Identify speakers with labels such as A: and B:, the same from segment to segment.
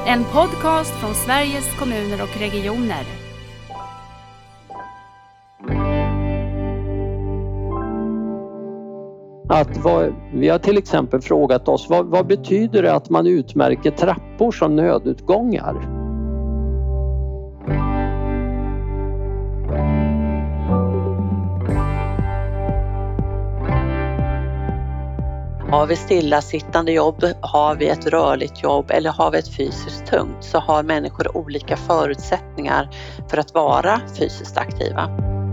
A: En podcast från Sveriges kommuner och regioner.
B: Vi har till exempel frågat oss, vad betyder det att man utmärker trappor som nödutgångar?
C: Har vi stillasittande jobb, har vi ett rörligt jobb eller har vi ett fysiskt tungt, så har människor olika förutsättningar för att vara fysiskt aktiva.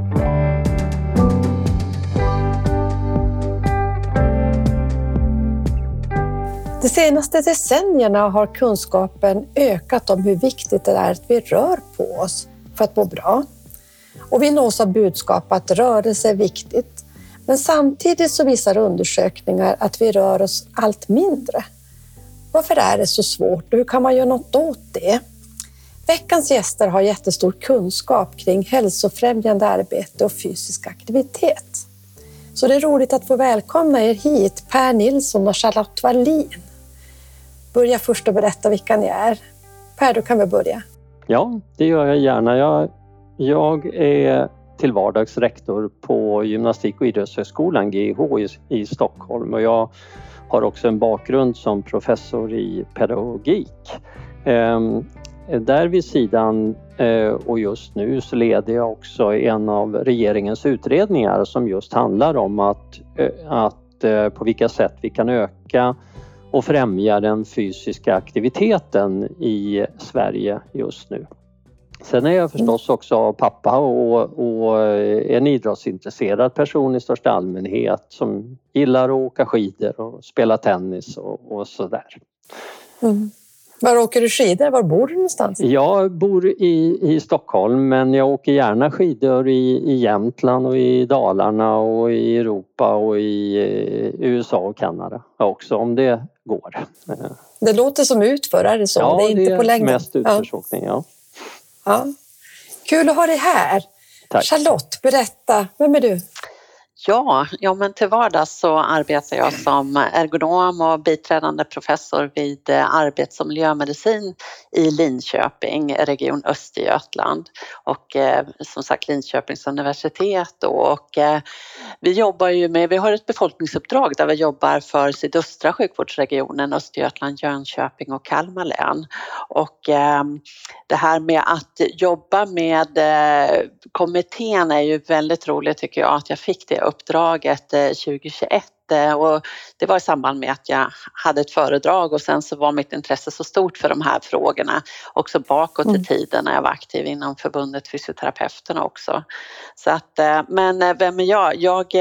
D: De senaste decennierna har kunskapen ökat om hur viktigt det är att vi rör på oss för att må bra. Och vi nås av budskap att rörelse är viktigt. Men samtidigt så visar undersökningar att vi rör oss allt mindre. Varför är det så svårt och hur kan man göra något åt det? Veckans gäster har jättestor kunskap kring hälsofrämjande arbete och fysisk aktivitet. Så det är roligt att få välkomna er hit, Per Nilsson och Charlotte Wallin. Börja först och berätta vilka ni är. Per, du kan väl börja?
B: Ja, det gör jag gärna. Jag är till vardags rektor på Gymnastik- och idrottshögskolan GIH i Stockholm, och jag har också en bakgrund som professor i pedagogik. Där vid sidan och just nu så leder jag också en av regeringens utredningar som just handlar om att på vilka sätt vi kan öka och främja den fysiska aktiviteten i Sverige just nu. Sen är jag förstås också pappa och en idrottsintresserad person i största allmänhet som gillar att åka skidor och spela tennis och sådär.
D: Mm. Var åker du skidor? Var bor du någonstans?
B: Jag bor i Stockholm, men jag åker gärna skidor i Jämtland och i Dalarna och i Europa och i USA och Kanada också, om det går.
D: Det låter som utför, är det så?
B: Ja,
D: det är inte på längden.
B: Mest utförsåkning, ja.
D: Ja. Kul att ha dig här.
B: Tack.
D: Charlotte, berätta, vem är du?
C: Ja, men till vardags så arbetar jag som ergonom och biträdande professor vid arbets- och miljömedicin i Linköping, region Östergötland, och som sagt Linköpings universitet. Och vi har ett befolkningsuppdrag där vi jobbar för sydöstra sjukvårdsregionen, Östergötland, Jönköping och Kalmar län. Och det här med att jobba med kommittén är ju väldigt roligt, tycker jag, att jag fick det uppdraget 2021, och det var i samband med att jag hade ett föredrag, och sen så var mitt intresse så stort för de här frågorna också bakåt i tiden när jag var aktiv inom förbundet Fysioterapeuterna också. Så att, men vem är jag?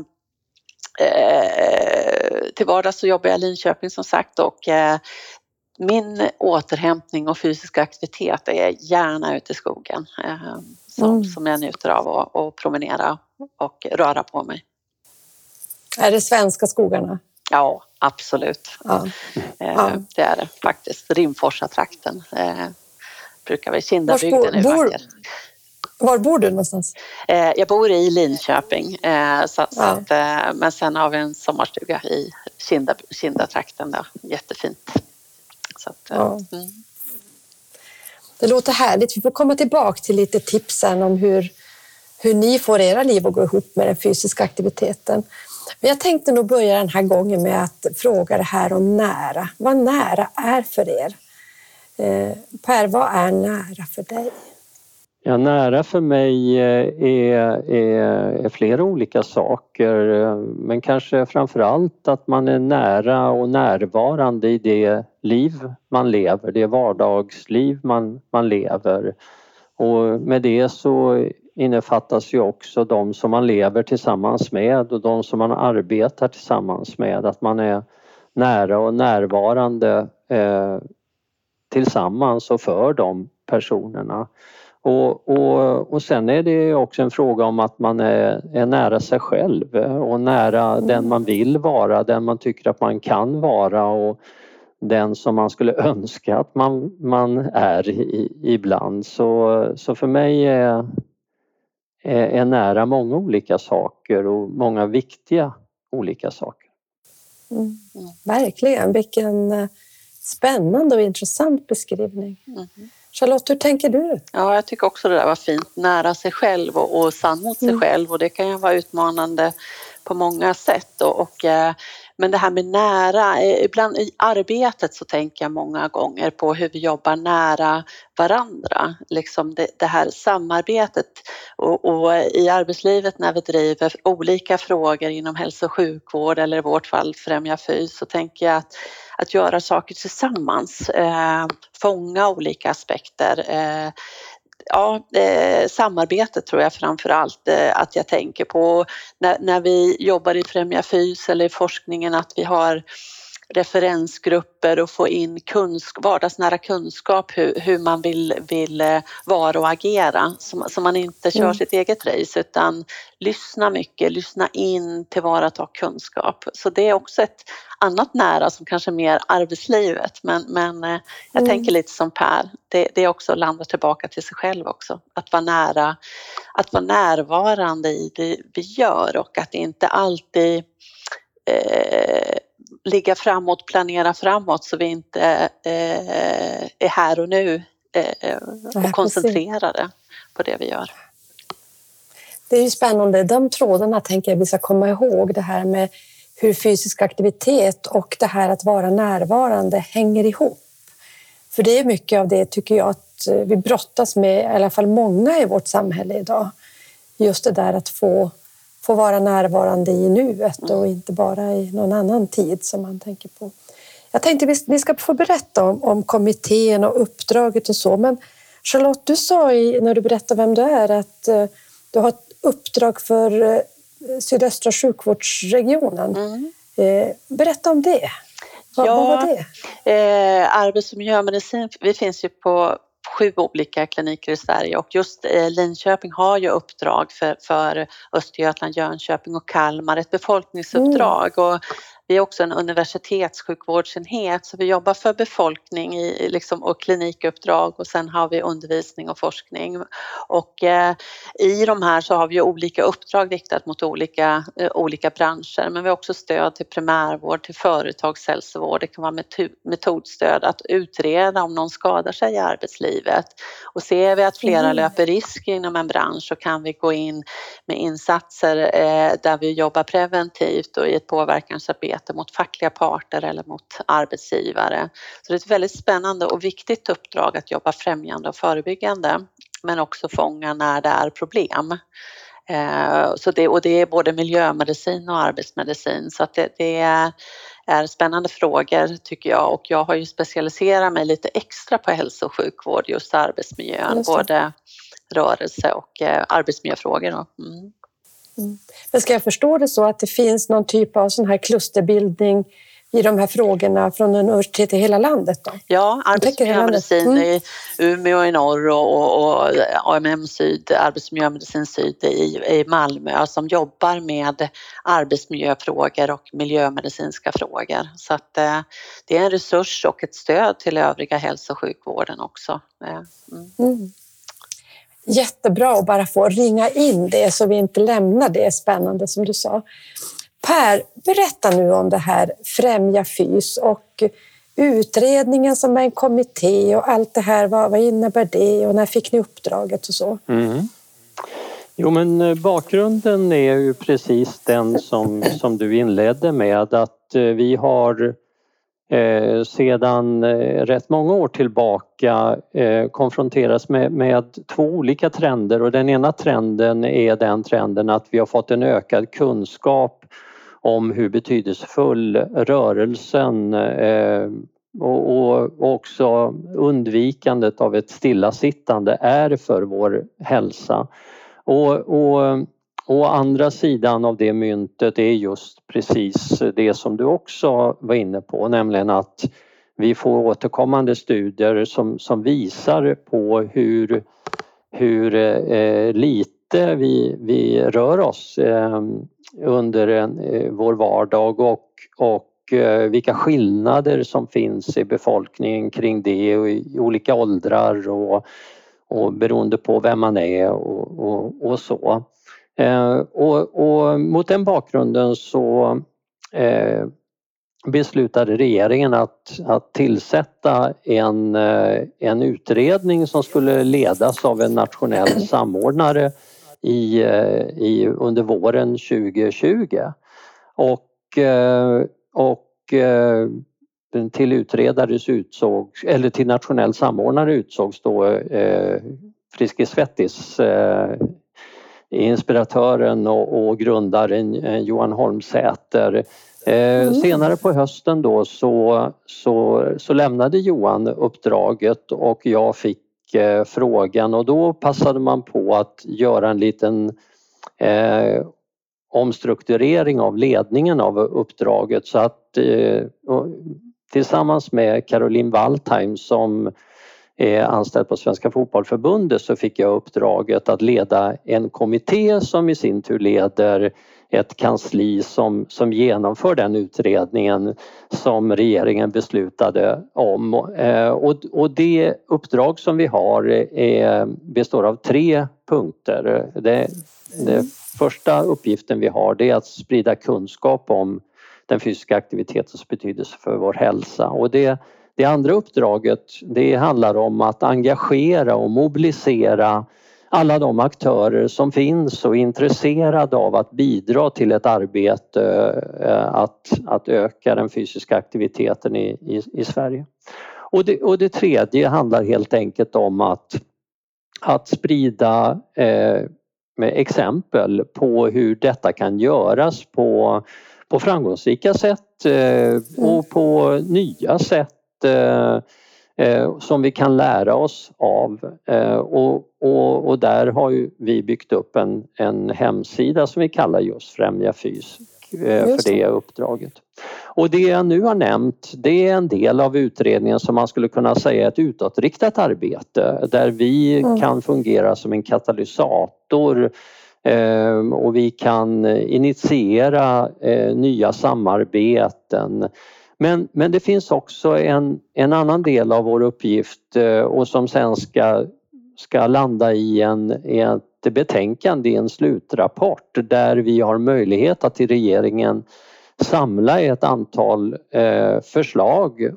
C: Till vardags så jobbar jag i Linköping som sagt, och min återhämtning och fysisk aktivitet är gärna ute i skogen som jag njuter av att promenera och röra på mig.
D: Är det svenska skogarna?
C: Ja, absolut.
D: Ja.
C: Det är det faktiskt. Rimforsa-trakten brukar vi. Kindabygden är vacker.
D: Var bor du någonstans?
C: Jag bor i Linköping, men sen har vi en sommarstuga i Kindatrakten där. Jättefint. Så att,
D: Det låter härligt. Vi får komma tillbaka till lite tipsen om hur ni får era liv att gå ihop med den fysiska aktiviteten. Men jag tänkte nog börja den här gången med att fråga det här om nära. Vad nära är för er? Per, vad är nära för dig?
B: Ja, nära för mig är flera olika saker, men kanske framförallt att man är nära och närvarande i det liv man lever, det vardagsliv man lever. Och med det så innefattas ju också de som man lever tillsammans med och de som man arbetar tillsammans med, att man är nära och närvarande tillsammans och för de personerna. Och sen är det också en fråga om att man är nära sig själv och nära den man vill vara, den man tycker att man kan vara och den som man skulle önska att man är ibland. Så för mig är nära många olika saker och många viktiga olika saker.
D: Verkligen, vilken Spännande och intressant beskrivning. Charlotte, hur tänker du?
C: Ja, jag tycker också det där var fint. Nära sig själv och sann mot sig själv. Och det kan ju vara utmanande på många sätt. Men det här med nära, ibland i arbetet så tänker jag många gånger på hur vi jobbar nära varandra. Liksom det här samarbetet och i arbetslivet när vi driver olika frågor inom hälso- och sjukvård eller i vårt fall Främja Fys, så tänker jag att göra saker tillsammans, fånga olika aspekter. Samarbetet tror jag framför allt att jag tänker på när vi jobbar i Främja Fys eller i forskningen, att vi har referensgrupper och få in vardagsnära kunskap hur man vill vara och agera, så man inte kör sitt eget race utan lyssna mycket, lyssna in, tillvarata kunskap. Så det är också ett annat nära som kanske är mer arbetslivet, men jag tänker lite som Per, det är också att landa tillbaka till sig själv också, att vara nära, att vara närvarande i det vi gör och att inte alltid ligga framåt, planera framåt så vi inte är här och nu och koncentrerade på det vi gör.
D: Det är ju spännande. De trådarna tänker jag vi ska komma ihåg, det här med hur fysisk aktivitet och det här att vara närvarande hänger ihop. För det är mycket av det tycker jag att vi brottas med, i alla fall många i vårt samhälle idag. Just det där att få vara närvarande i nuet och inte bara i någon annan tid som man tänker på. Jag tänkte vi ska få berätta om kommittén och uppdraget och så. Men Charlotte, du sa när du berättade vem du är att du har ett uppdrag för sydöstra sjukvårdsregionen. Berätta om det. Vad var det?
C: Arbets- och miljömedicin, vi finns ju på 7 olika kliniker i Sverige och just Linköping har ju uppdrag för Östergötland, Jönköping och Kalmar, ett befolkningsuppdrag och vi är också en universitetssjukvårdsenhet så vi jobbar för befolkning och klinikuppdrag och sen har vi undervisning och forskning och i de här så har vi olika uppdrag riktat mot olika branscher, men vi har också stöd till primärvård, till företagshälsovård, det kan vara metodstöd att utreda om någon skadar sig i arbetslivet och ser vi att flera löper risk inom en bransch så kan vi gå in med insatser där vi jobbar preventivt och i ett påverkansarbete mot fackliga parter eller mot arbetsgivare. Så det är ett väldigt spännande och viktigt uppdrag att jobba främjande och förebyggande, men också fånga när det är problem. Det är både miljömedicin och arbetsmedicin, så att det är spännande frågor tycker jag, och jag har ju specialiserat mig lite extra på hälso- och sjukvård, just arbetsmiljön, både rörelse och arbetsmiljöfrågor.
D: Men ska jag förstå det så att det finns någon typ av sån här klusterbildning i de här frågorna från universitet i hela landet då?
C: Ja, arbetsmiljömedicin i Umeå i norr och AMM Syd, arbetsmiljömedicin Syd i Malmö som jobbar med arbetsmiljöfrågor och miljömedicinska frågor. Så att det är en resurs och ett stöd till övriga hälso- och sjukvården också.
D: Jättebra att bara få ringa in det så vi inte lämnar det spännande som du sa. Per, berätta nu om det här Främja Fys och utredningen som är en kommitté och allt det här. Vad innebär det och när fick ni uppdraget och så?
B: Jo, men bakgrunden är ju precis den som du inledde med, att vi har sedan rätt många år tillbaka konfronteras med 2 olika trender, och den ena trenden är den trenden att vi har fått en ökad kunskap om hur betydelsefull rörelsen och också undvikandet av ett stillasittande är för vår hälsa. Och andra sidan av det myntet är just precis det som du också var inne på, nämligen att vi får återkommande studier som visar på hur lite vi rör oss under vår vardag och vilka skillnader som finns i befolkningen kring det och i olika åldrar och beroende på vem man är och så. Och mot den bakgrunden så beslutade regeringen att tillsätta en utredning som skulle ledas av en nationell samordnare under våren 2020. Och till utredares utsågs, eller till nationell samordnare utsågs då Friskis Svettis, inspiratören och grundaren Johan Holmsäter. Senare på hösten då så lämnade Johan uppdraget och jag fick frågan, och då passade man på att göra en liten omstrukturering av ledningen av uppdraget, så att tillsammans med Caroline Waldheim som är anställd på Svenska Fotbollförbundet, så fick jag uppdraget att leda en kommitté som i sin tur leder ett kansli som genomför den utredningen som regeringen beslutade om. Och det uppdrag som vi har består av 3 punkter. Det första uppgiften vi har, det är att sprida kunskap om den fysiska aktivitetens betydelse för vår hälsa. Och det andra uppdraget, det handlar om att engagera och mobilisera alla de aktörer som finns och är intresserade av att bidra till ett arbete att öka den fysiska aktiviteten i Sverige. Och det tredje handlar helt enkelt om att sprida med exempel på hur detta kan göras på framgångsrika sätt och på nya sätt som vi kan lära oss av. Och där har ju vi byggt upp en hemsida som vi kallar just Främja Fys för det uppdraget. Och det jag nu har nämnt, det är en del av utredningen som man skulle kunna säga är ett utåtriktat arbete där vi kan fungera som en katalysator och vi kan initiera nya samarbeten. Men det finns också en annan del av vår uppgift och som sen ska landa i ett betänkande, i en slutrapport där vi har möjlighet att till regeringen samla ett antal förslag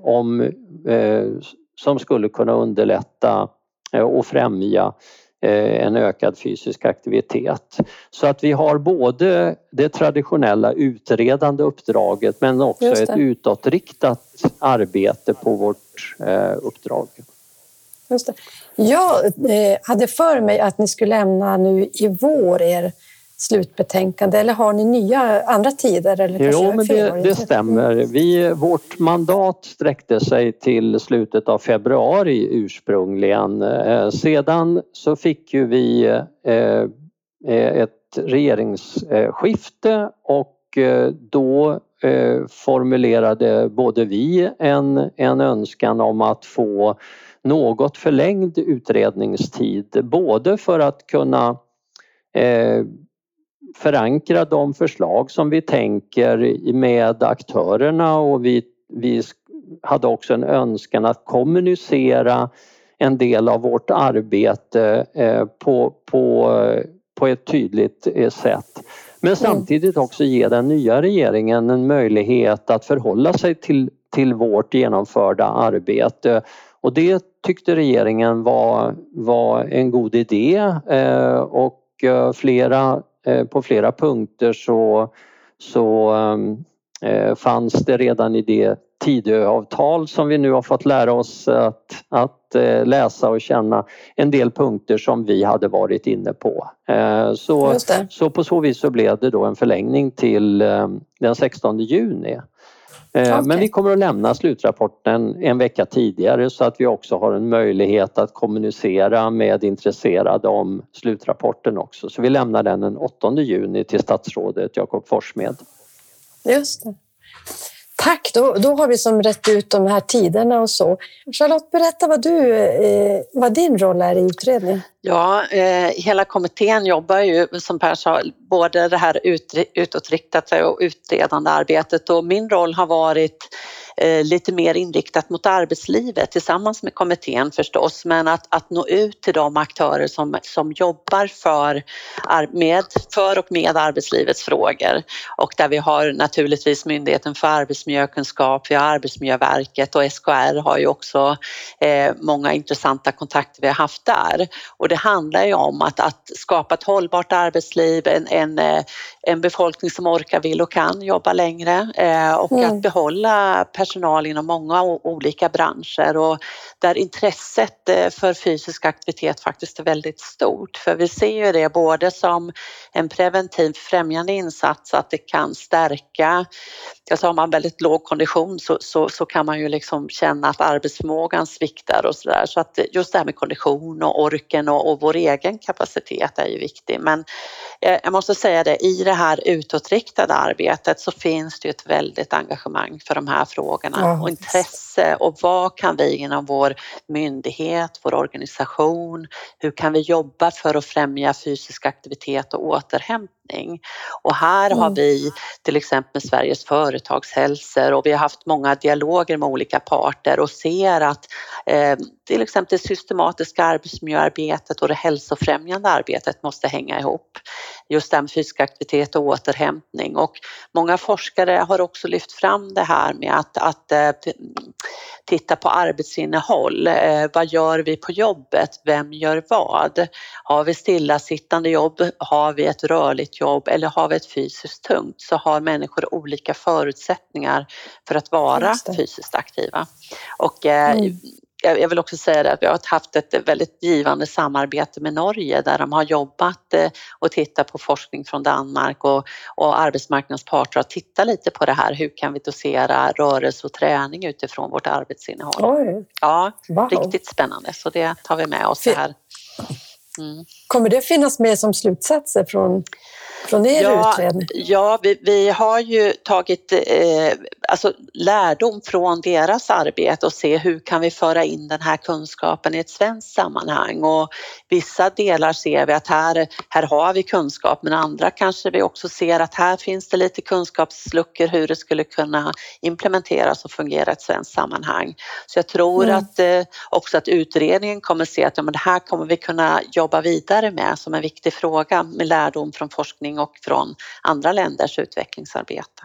B: som skulle kunna underlätta och främja en ökad fysisk aktivitet. Så att vi har både det traditionella utredande uppdraget men också ett utåtriktat arbete på vårt uppdrag.
D: Just det. Jag hade för mig att ni skulle lämna nu i vår er slutbetänkande, eller har ni nya andra tider? Eller
B: jo, men det stämmer. Vårt mandat sträckte sig till slutet av februari ursprungligen. Sedan så fick ju vi ett regeringsskifte och då formulerade både vi en önskan om att få något förlängd utredningstid, både för att kunna förankra de förslag som vi tänker med aktörerna, och vi hade också en önskan att kommunicera en del av vårt arbete på ett tydligt sätt. Men samtidigt också ge den nya regeringen en möjlighet att förhålla sig till vårt genomförda arbete. Och det tyckte regeringen var en god idé, och på flera punkter så fanns det redan i det Tidöavtal som vi nu har fått lära oss att läsa och känna en del punkter som vi hade varit inne på. Så på så vis så blev det då en förlängning till den 16 juni. Okay. Men vi kommer att lämna slutrapporten en vecka tidigare så att vi också har en möjlighet att kommunicera med intresserade om slutrapporten också. Så vi lämnar den 8 juni till statsrådet Jakob Forssmed.
D: Just det. Tack, då har vi som rätt ut de här tiderna och så. Charlotte, berätta vad din roll är i utredningen.
C: Ja, hela kommittén jobbar ju som Per sa både det här utåtriktade och utredande arbetet, och min roll har varit lite mer inriktat mot arbetslivet tillsammans med kommittén förstås, men att nå ut till de aktörer som jobbar för och med arbetslivets frågor, och där vi har naturligtvis Myndigheten för arbetsmiljökunskap, vi har Arbetsmiljöverket och SKR har ju också många intressanta kontakter vi har haft där, och det handlar ju om att skapa ett hållbart arbetsliv, en befolkning som orkar, vill och kan jobba längre och att behålla personal inom många olika branscher, och där intresset för fysisk aktivitet faktiskt är väldigt stort. För vi ser ju det både som en preventiv främjande insats, att det kan stärka, alltså har man väldigt låg kondition så kan man ju liksom känna att arbetsförmågan sviktar och sådär. Så att just det här med kondition och orken och vår egen kapacitet är ju viktig. Men jag måste säga det, i det här utåtriktade arbetet så finns det ju ett väldigt engagemang för de här frågorna och intresse, och vad kan vi inom vår myndighet, vår organisation, hur kan vi jobba för att främja fysisk aktivitet och återhämtning? Och här har vi till exempel Sveriges företagshälsor, och vi har haft många dialoger med olika parter och ser att till exempel det systematiska arbetsmiljöarbetet och det hälsofrämjande arbetet måste hänga ihop. Just det här med fysisk aktivitet och återhämtning, och många forskare har också lyft fram det här med att titta på arbetsinnehåll. Vad gör vi på jobbet? Vem gör vad? Har vi stillasittande jobb? Har vi ett rörligt jobb? Eller har vi ett fysiskt tungt? Så har människor olika förutsättningar för att vara fysiskt aktiva. Och jag vill också säga att vi har haft ett väldigt givande samarbete med Norge, där de har jobbat och tittat på forskning från Danmark, och arbetsmarknadsparter har tittat lite på det här. Hur kan vi dosera rörelse och träning utifrån vårt arbetsinnehåll?
D: Oj.
C: Ja,
D: wow.
C: Riktigt spännande. Så det tar vi med oss det här.
D: Kommer det finnas med som slutsatser från er utredning?
C: Ja, vi har ju tagit lärdom från deras arbete och se hur kan vi föra in den här kunskapen i ett svenskt sammanhang, och vissa delar ser vi att här har vi kunskap, men andra kanske vi också ser att här finns det lite kunskapsluckor hur det skulle kunna implementeras och fungera i ett svenskt sammanhang. Så jag tror att också att utredningen kommer se att det här kommer vi kunna jobba vidare med som en viktig fråga, med lärdom från forskning och från andra länders utvecklingsarbete.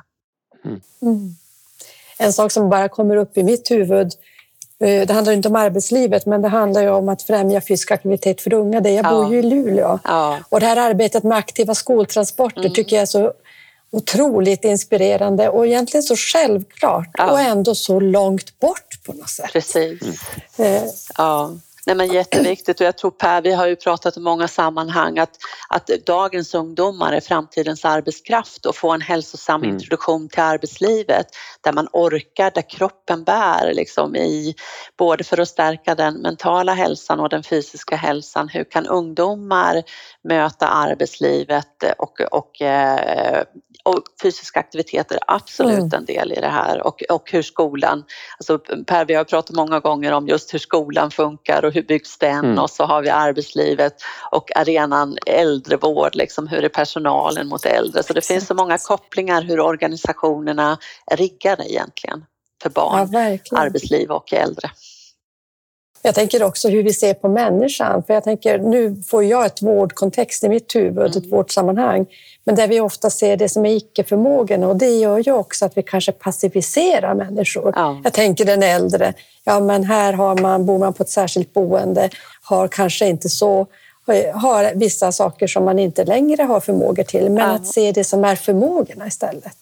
D: En sak som bara kommer upp i mitt huvud, det handlar inte om arbetslivet, men det handlar ju om att främja fysisk aktivitet för unga. Jag bor ju i Luleå. Och det här arbetet med aktiva skoltransporter tycker jag är så otroligt inspirerande och egentligen så självklart och ändå så långt bort på något sätt.
C: Precis. Nej, men jätteviktigt, och jag tror Per, vi har ju pratat i många sammanhang att dagens ungdomar är framtidens arbetskraft, och få en hälsosam introduktion till arbetslivet där man orkar, där kroppen bär liksom både för att stärka den mentala hälsan och den fysiska hälsan. Hur kan ungdomar möta arbetslivet och fysisk aktivitet är absolut en del i det här, och hur skolan, alltså Per, vi har pratat många gånger om just hur skolan funkar och hur byggs den, och så har vi arbetslivet och arenan äldrevård, liksom hur är personalen mot äldre, så det finns så många kopplingar hur organisationerna är riggade egentligen för barn, arbetsliv och äldre.
D: Jag tänker också hur vi ser på människan, för jag tänker nu får jag ett vårdkontext i mitt huvud, ett vårdsammanhang, men där vi ofta ser det som är icke-förmågan, och det gör ju också att vi kanske passiviserar människor. Jag tänker den äldre, men här bor man på ett särskilt boende, har kanske inte har vissa saker som man inte längre har förmågor till, men att se det som är förmågorna istället.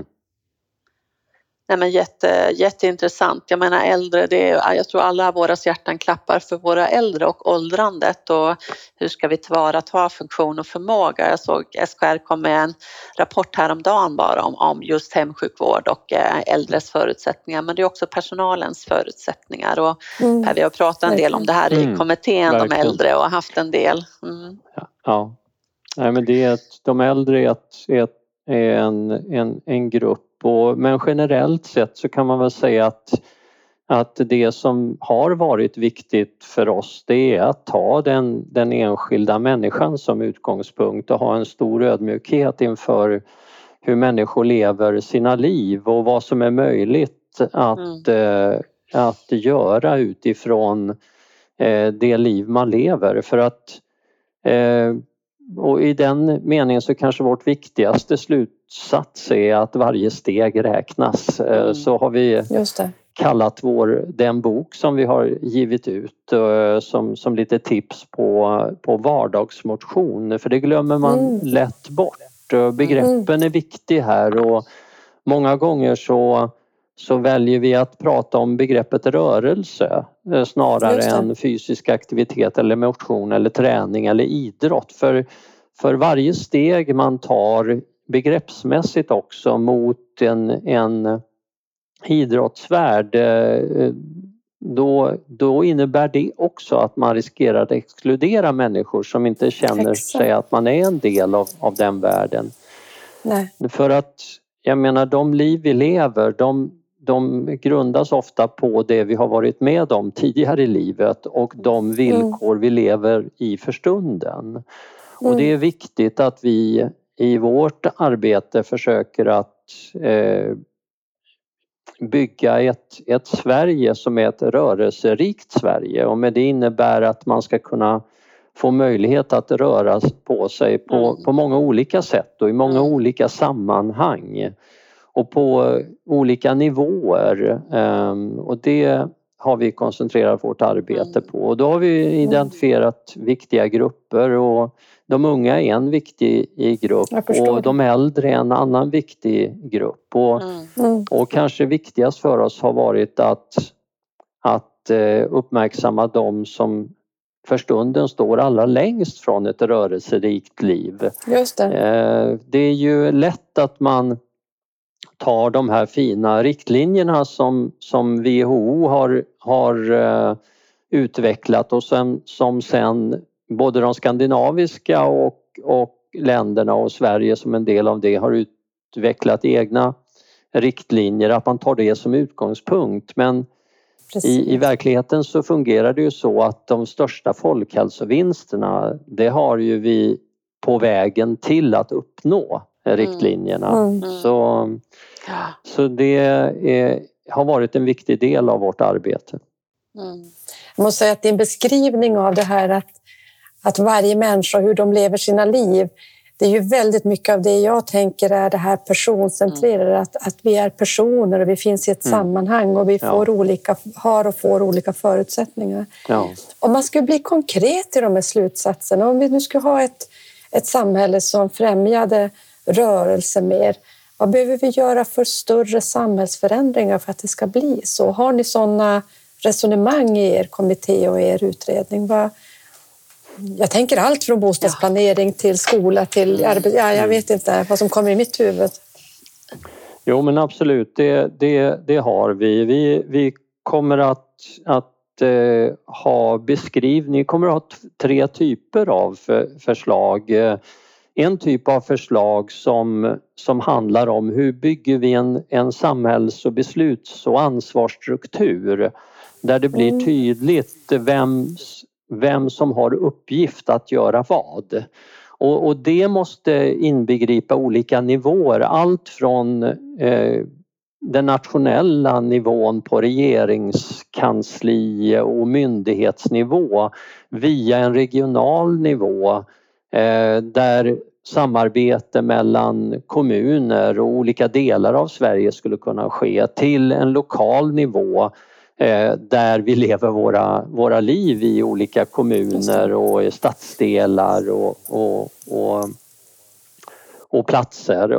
C: Nej, men jätteintressant. Jag menar äldre, jag tror alla våras hjärtan klappar för våra äldre och åldrandet, och hur ska vi tillvarata funktion och förmåga. Jag såg SKR kom med en rapport häromdagen bara om just hemsjukvård och äldres förutsättningar, men det är också personalens förutsättningar, och vi har pratat en del om det här i kommittén om äldre och haft en del.
B: Nej, men de äldre är en grupp. Men generellt sett så kan man väl säga att att det som har varit viktigt för oss, det är att ta den enskilda människan som utgångspunkt och ha en stor ödmjukhet inför hur människor lever sina liv och vad som är möjligt att göra utifrån det liv man lever. För att och i den meningen så kanske vårt viktigaste slutsats är att varje steg räknas. Så har vi kallat den bok som vi har givit ut som lite tips på vardagsmotion. För det glömmer man lätt bort. Begreppen är viktiga här och många gånger så väljer vi att prata om begreppet rörelse snarare än fysisk aktivitet eller motion eller träning eller idrott. För varje steg man tar begreppsmässigt också mot en idrottsvärld, då innebär det också att man riskerar att exkludera människor som inte känner sig att man är en del av den världen.
D: Nej.
B: För att jag menar, de liv vi lever, de grundas ofta på det vi har varit med om tidigare i livet och de villkor vi lever i för stunden. Och det är viktigt att vi i vårt arbete försöker att bygga ett Sverige som är ett rörelserikt Sverige, och med det innebär att man ska kunna få möjlighet att röra på sig på många olika sätt och i många olika sammanhang och på olika nivåer, och det har vi koncentrerat vårt arbete på. Och då har vi identifierat viktiga grupper, och de unga är en viktig grupp och de äldre är en annan viktig grupp. Och kanske viktigast för oss har varit att uppmärksamma de som för stunden står allra längst från ett rörelserikt liv.
D: Just det.
B: Det är ju lätt att man tar de här fina riktlinjerna som WHO har utvecklat och som sen både de skandinaviska och länderna och Sverige som en del av det har utvecklat egna riktlinjer, att man tar det som utgångspunkt. Men i verkligheten så fungerar det ju så att de största folkhälsovinsterna, det har ju vi på vägen till att uppnå riktlinjerna. Så det har varit en viktig del av vårt arbete.
D: Jag måste säga att din beskrivning av det här att varje människa, hur de lever sina liv, det är ju väldigt mycket av det jag tänker är det här personcentrerade, att vi är personer och vi finns i ett sammanhang och vi får olika förutsättningar. Ja. Om man skulle bli konkret i de här slutsatserna, om vi nu skulle ha ett samhälle som främjade rörelse mer, vad behöver vi göra för större samhällsförändringar för att det ska bli så? Har ni sådana resonemang i er kommitté och er utredning? Jag tänker allt från bostadsplanering till skola till arbete. Ja, jag vet inte vad som kommer i mitt huvud.
B: Jo, men absolut, det har vi. Vi kommer att ha beskrivning, kommer att ha 3 typer av förslag. En typ av förslag som handlar om hur bygger vi en samhälls- och besluts- och ansvarsstruktur där det blir tydligt vem som har uppgift att göra vad. Och det måste inbegripa olika nivåer, allt från den nationella nivån på regeringskansli och myndighetsnivå via en regional nivå där samarbete mellan kommuner och olika delar av Sverige skulle kunna ske, till en lokal nivå där vi lever våra liv i olika kommuner och stadsdelar och platser.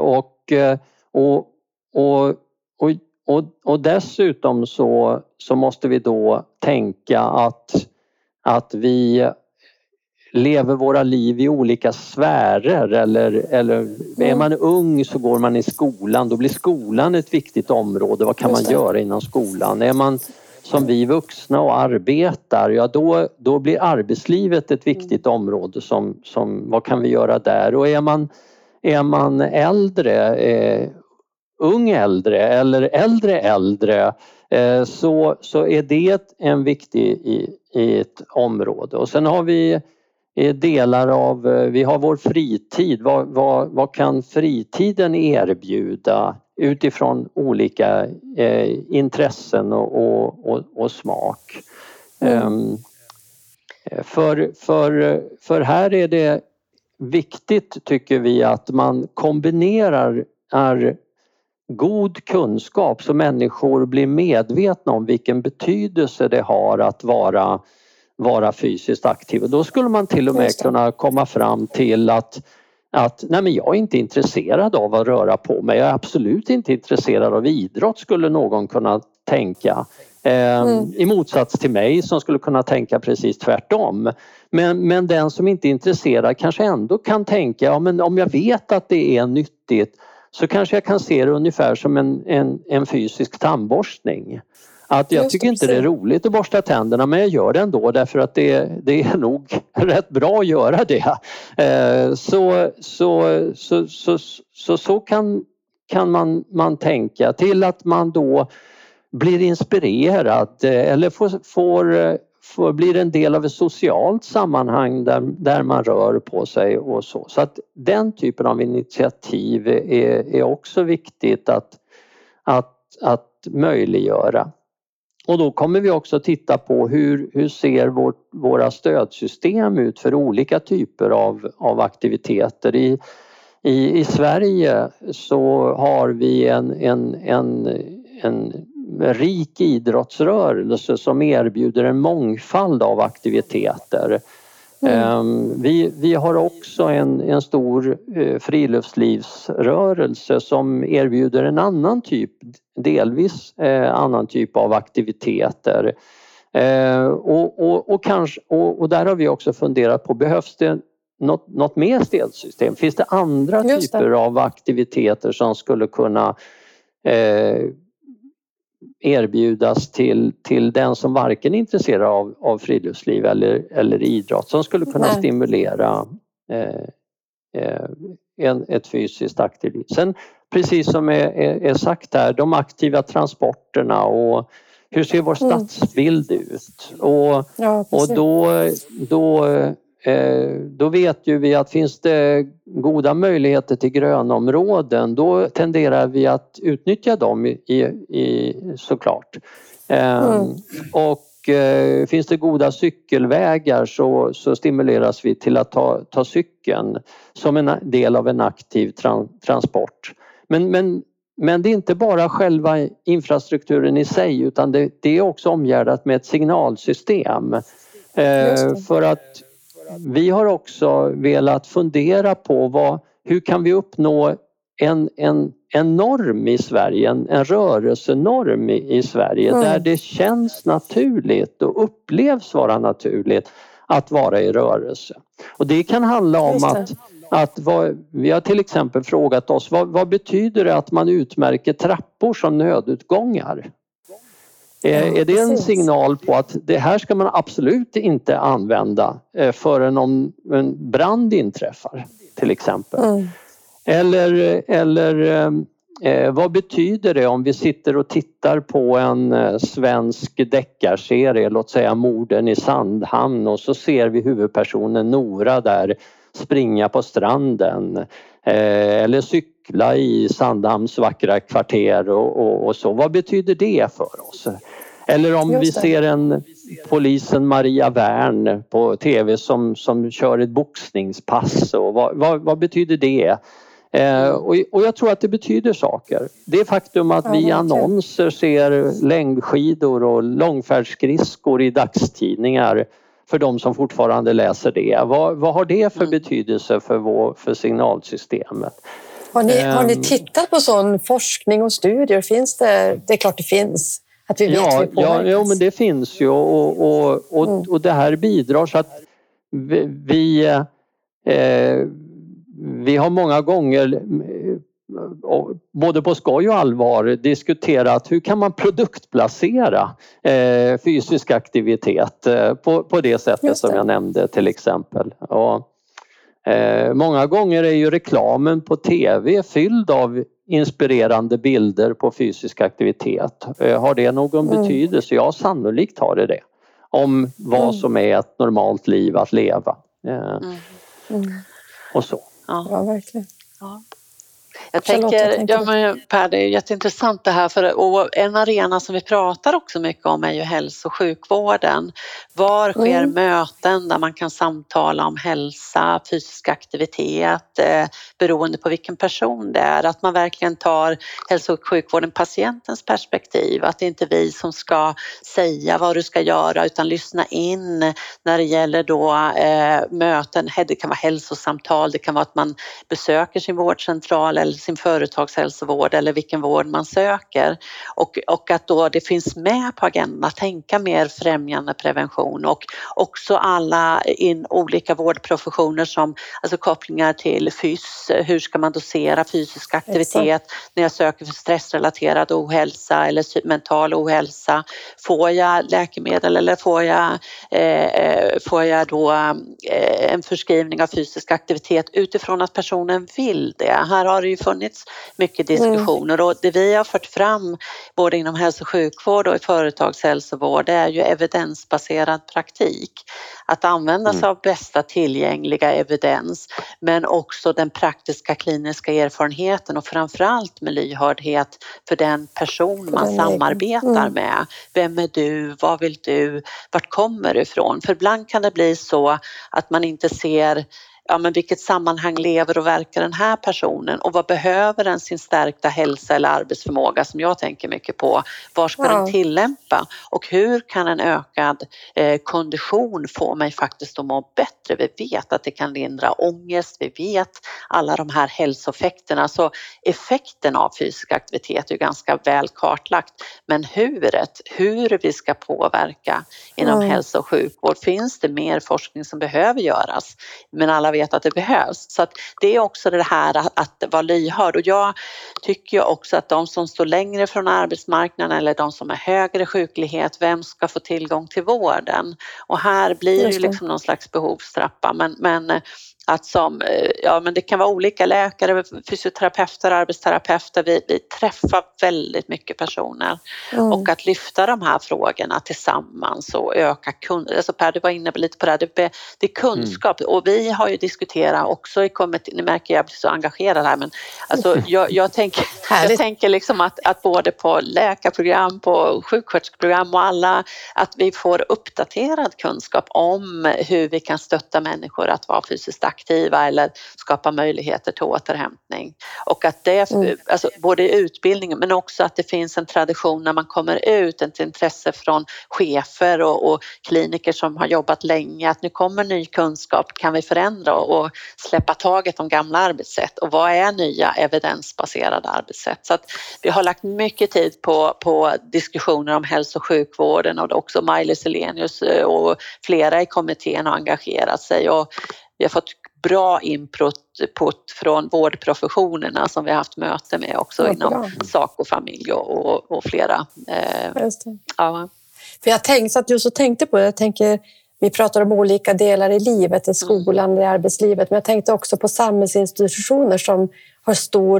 B: Och dessutom så måste vi då tänka att vi lever våra liv i olika sfärer, eller är man ung så går man i skolan, då blir skolan ett viktigt område. Vad kan man göra inom skolan? Är man som vi vuxna och arbetar, ja då blir arbetslivet ett viktigt område som vad kan vi göra där? Och är man äldre, ung äldre eller äldre, så är det en viktig i ett område. Och sen har vi delar av, vi har vår fritid. Vad kan fritiden erbjuda utifrån olika intressen och smak? För här är det viktigt, tycker vi, att man kombinerar god kunskap så människor blir medvetna om vilken betydelse det har att vara fysiskt aktiv. Och då skulle man till och med kunna komma fram till att nej, men jag är inte intresserad av att röra på mig. Jag är absolut inte intresserad av idrott, skulle någon kunna tänka. I motsats till mig som skulle kunna tänka precis tvärtom. Men den som inte är intresserad kanske ändå kan tänka, ja, men om jag vet att det är nyttigt så kanske jag kan se det ungefär som en fysisk tandborstning. Att jag tycker inte det är roligt att borsta tänderna, men jag gör det ändå därför att det är nog rätt bra att göra det. Så kan man tänka, till att man då blir inspirerad eller blir en del av ett socialt sammanhang där man rör på sig och så. Så att den typen av initiativ är också viktigt att möjliggöra. Och då kommer vi också titta på hur ser våra stödsystem ut för olika typer av aktiviteter. I Sverige så har vi en rik idrottsrörelse som erbjuder en mångfald av aktiviteter. Vi har också en stor friluftslivsrörelse som erbjuder en annan typ, delvis annan typ av aktiviteter. Och där har vi också funderat på, behövs det något mer stödsystem? Finns det andra typer av aktiviteter som skulle kunna erbjudas till den som varken är intresserad av friluftsliv eller idrott, som skulle kunna stimulera ett fysiskt aktivt liv. Sen precis som är sagt här, de aktiva transporterna och hur ser vår stadsbild ut? Och då vet ju vi att finns det goda möjligheter till grönområden, då tenderar vi att utnyttja dem såklart. Och finns det goda cykelvägar så stimuleras vi till att ta cykeln som en del av en aktiv transport. Men det är inte bara själva infrastrukturen i sig, utan det är också omgärdat med ett signalsystem. För att vi har också velat fundera på hur kan vi uppnå en norm i Sverige, en rörelsenorm i Sverige där det känns naturligt och upplevs vara naturligt att vara i rörelse. Och det kan handla om vi har till exempel frågat oss, vad betyder det att man utmärker trappor som nödutgångar? Är det en signal på att det här ska man absolut inte använda förrän om en brand inträffar till exempel? Eller vad betyder det om vi sitter och tittar på en svensk deckarserie, låt säga Morden i Sandhamn, och så ser vi huvudpersonen Nora där springa på stranden eller cykla i Sandhamns vackra kvarter och så. Vad betyder det för oss? Eller om vi ser polisen Maria Wern på tv som kör ett boxningspass, och vad betyder det? Och jag tror att det betyder saker. Det faktum att vi i annonser ser längdskidor och långfärdsskridskor i dagstidningar, för de som fortfarande läser det. Vad har det för betydelse för signalsystemet?
D: Har ni tittat på sån forskning och studier? Finns det? Det är klart det finst. Att vi vet
B: ja, men det finns ju och det här bidrar så att vi har många gånger både på skoj och allvar diskuterat hur kan man produktplacera fysisk aktivitet på det sättet som jag nämnde till exempel. Och många gånger är ju reklamen på tv fylld av inspirerande bilder på fysisk aktivitet. Har det någon betydelse? Ja, sannolikt har det. Om vad som är ett normalt liv att leva. Och så.
D: Ja, verkligen.
C: Ja. Jag tänker, Per, det är jätteintressant det här. Och en arena som vi pratar också mycket om är ju hälso- och sjukvården. Var sker möten där man kan samtala om hälsa, fysisk aktivitet, beroende på vilken person det är. Att man verkligen tar hälso- och sjukvården patientens perspektiv. Att det inte är vi som ska säga vad du ska göra utan lyssna in när det gäller då möten. Det kan vara hälsosamtal, det kan vara att man besöker sin vårdcentral eller sin företagshälsovård eller vilken vård man söker och att då det finns med på agendan att tänka mer främjande prevention och också alla olika vårdprofessioner som alltså kopplingar till hur ska man dosera fysisk aktivitet när jag söker för stressrelaterad ohälsa eller mental ohälsa, får jag läkemedel eller får jag då en förskrivning av fysisk aktivitet utifrån att personen vill det. Här har det ju funnits mycket diskussioner och det vi har fört fram både inom hälso- och sjukvård och i företagshälsovård det är ju evidensbaserad praktik. Att använda sig av bästa tillgängliga evidens men också den praktiska kliniska erfarenheten och framförallt med lyhördhet för den person man samarbetar med. Vem är du? Vad vill du? Vart kommer du ifrån? För ibland kan det bli så att man inte ser men vilket sammanhang lever och verkar den här personen och vad behöver den sin stärkta hälsa eller arbetsförmåga som jag tänker mycket på. Var ska den tillämpa och hur kan en ökad kondition få mig faktiskt att må bättre? Vi vet att det kan lindra ångest, vi vet alla de här hälsoeffekterna. Så effekten av fysisk aktivitet är ju ganska väl kartlagt. Men hur vi ska påverka inom hälso- och sjukvård finns det mer forskning som behöver göras. Men alla vet att det behövs. Så att det är också det här att vara lyhörd. Och jag tycker också att de som står längre från arbetsmarknaden eller de som har högre sjuklighet, vem ska få tillgång till vården? Och här blir det ju liksom någon slags behovstrappa. Men att men det kan vara olika läkare, fysioterapeuter, arbetsterapeuter. Vi träffar väldigt mycket personer. Och att lyfta de här frågorna tillsammans och öka kunskap. Alltså Per, du var inne lite på det. Det är kunskap. Och vi har ju diskuterat också i kommittén. Ni märker jag blir så engagerad här. Men alltså, jag tänker liksom att både på läkarprogram, på sjuksköterskeprogram och alla. Att vi får uppdaterad kunskap om hur vi kan stötta människor att vara fysiskt aktiva eller skapa möjligheter till återhämtning. Och att det, alltså både i utbildningen men också att det finns en tradition när man kommer ut, ett intresse från chefer och kliniker som har jobbat länge, att nu kommer ny kunskap, kan vi förändra och släppa taget om gamla arbetssätt och vad är nya evidensbaserade arbetssätt. Så att vi har lagt mycket tid på diskussioner om hälso- och sjukvården och också Maj-Lis Elenius och flera i kommittén har engagerat sig och vi har fått bra input från vårdprofessionerna som vi har haft möte med också inom sak och familj och flera.
D: Just det. Ja. För jag tänkte på det, jag tänker vi pratar om olika delar i livet, i skolan, i arbetslivet, men jag tänkte också på samhällsinstitutioner som har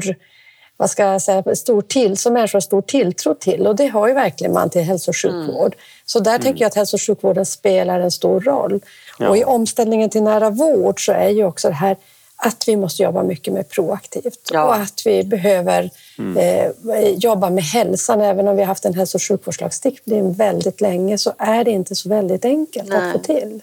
D: som människor har stor tilltro till och det har ju verkligen man till hälso- och sjukvård. Så där tänker jag att hälso- och sjukvården spelar en stor roll. Ja. Och i omställningen till nära vård så är ju också det här att vi måste jobba mycket mer proaktivt och att vi behöver jobba med hälsan. Även om vi har haft en hälso- och sjukvårdslagstiftning väldigt länge så är det inte så väldigt enkelt att få till.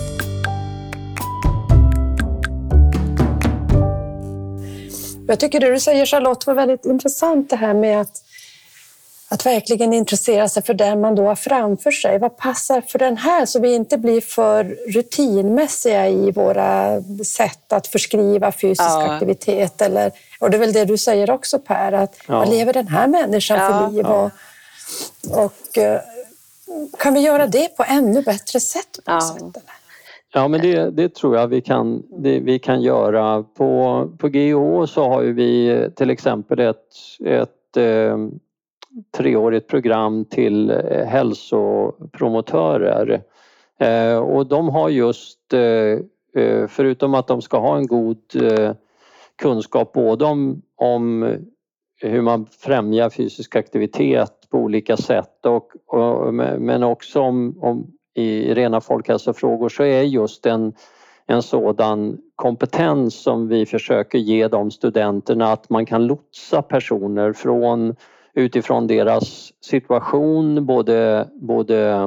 D: Jag tycker det du säger, Charlotte, var väldigt intressant det här med att verkligen intressera sig för den man då har framför sig. Vad passar för den här så vi inte blir för rutinmässiga i våra sätt att förskriva fysisk aktivitet. Och det är väl det du säger också Per, att vad lever den här människan för liv? Och kan vi göra det på ännu bättre sätt på något sätt?
B: Ja, men det tror jag vi kan göra. På GH så har ju vi till exempel ett 3-årigt program till hälsopromotörer. Och de har just, förutom att de ska ha en god kunskap både om hur man främjar fysisk aktivitet på olika sätt men också om i rena folkhälsofrågor så är just en sådan kompetens som vi försöker ge de studenterna, att man kan lotsa personer utifrån deras situation både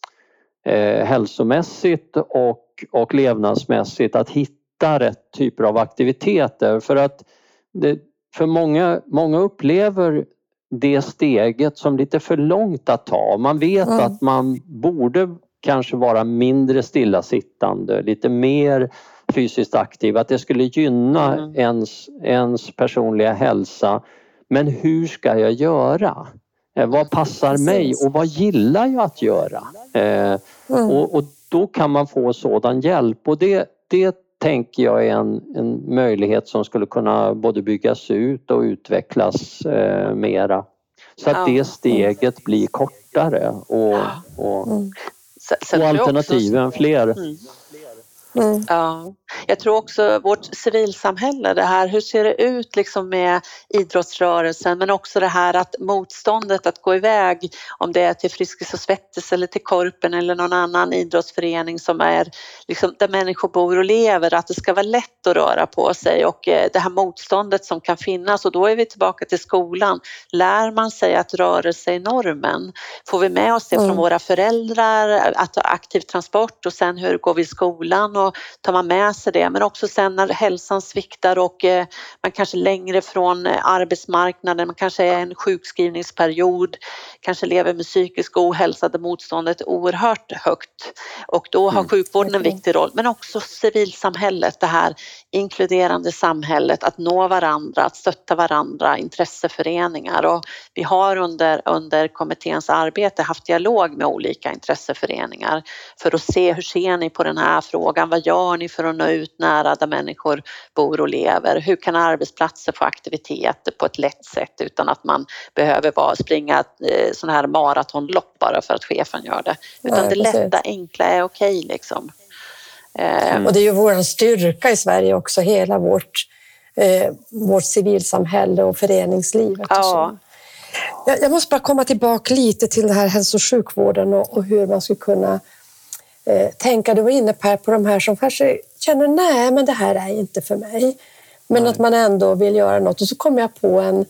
B: hälsomässigt och levnadsmässigt, att hitta rätt typer av aktiviteter. För att för många upplever det steget som lite för långt att ta. Man vet att man borde kanske vara mindre stillasittande, lite mer fysiskt aktiv, att det skulle gynna ens personliga hälsa. Men hur ska jag göra? Vad passar mig och vad gillar jag att göra? Och då kan man få sådan hjälp, och det tänker jag är en möjlighet som skulle kunna både byggas ut och utvecklas mera. Så att det steget blir kortare och alternativen fler.
C: Ja, jag tror också vårt civilsamhälle, det här, hur ser det ut liksom med idrottsrörelsen, men också det här att motståndet att gå iväg, om det är till Friskis och Svettis eller till Korpen eller någon annan idrottsförening som är liksom där människor bor och lever, att det ska vara lätt att röra på sig, och det här motståndet som kan finnas. Och då är vi tillbaka till skolan. Lär man sig att rörelse är normen? Får vi med oss det från våra föräldrar, att ha aktiv transport, och sen hur går vi i skolan och tar man med sig det? Men också sen när hälsan sviktar och man kanske är längre från arbetsmarknaden, man kanske är en sjukskrivningsperiod, kanske lever med psykisk ohälsa där motståndet är oerhört högt, och då har sjukvården en viktig roll, men också civilsamhället, det här inkluderande samhället, att nå varandra, att stötta varandra, intresseföreningar. Och vi har under kommitténs arbete haft dialog med olika intresseföreningar för att se hur ser ni på den här frågan, vad gör ni för att nå ut nära där människor bor och lever, hur kan arbetsplatser få aktiviteter på ett lätt sätt utan att man behöver springa sådana här maratonlopp bara för att chefen gör det, utan det lätta, enkla är okej liksom.
D: Och det är ju vår styrka i Sverige också, hela vårt civilsamhälle och föreningslivet. Och så. Jag måste bara komma tillbaka lite till det här hälso- och sjukvården och hur man skulle kunna tänka. Du var inne på de här som kanske känner nej, men det här är inte för mig. Men att man ändå vill göra något. Och så kom jag på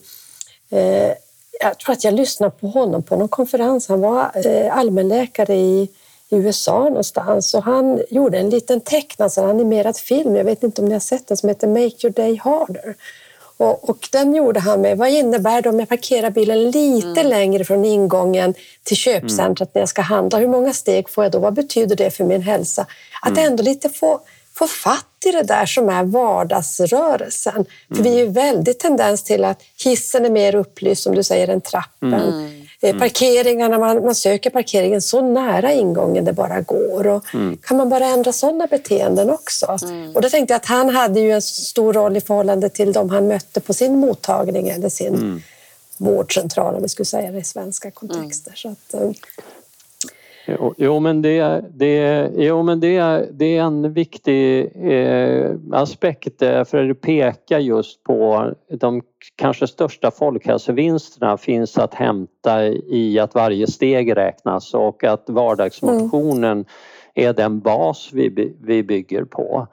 D: jag tror att jag lyssnade på honom på någon konferens. Han var allmänläkare i USA någonstans, och han gjorde en liten tecknad, en animerad film, jag vet inte om ni har sett den, som heter Make Your Day Harder. Och den gjorde han med, vad innebär det om jag parkerar bilen lite längre från ingången till köpcentret när jag ska handla? Hur många steg får jag då? Vad betyder det för min hälsa? Att ändå lite få fatt i det där som är vardagsrörelsen. För vi är ju väldigt tendens till att hissen är mer upplyst, som du säger, än trappen. Parkeringarna, man söker parkeringen så nära ingången det bara går. Och kan man bara ändra sådana beteenden också? Och då tänkte jag att han hade ju en stor roll i förhållande till de han mötte på sin mottagning eller sin vårdcentral, om vi skulle säga det i svenska kontexter. Så att,
B: Jo, men det är en viktig aspekt, för att peka just på de kanske största folkhälsovinsterna finns att hämta i att varje steg räknas, och att vardagsmotionen är den bas vi bygger på.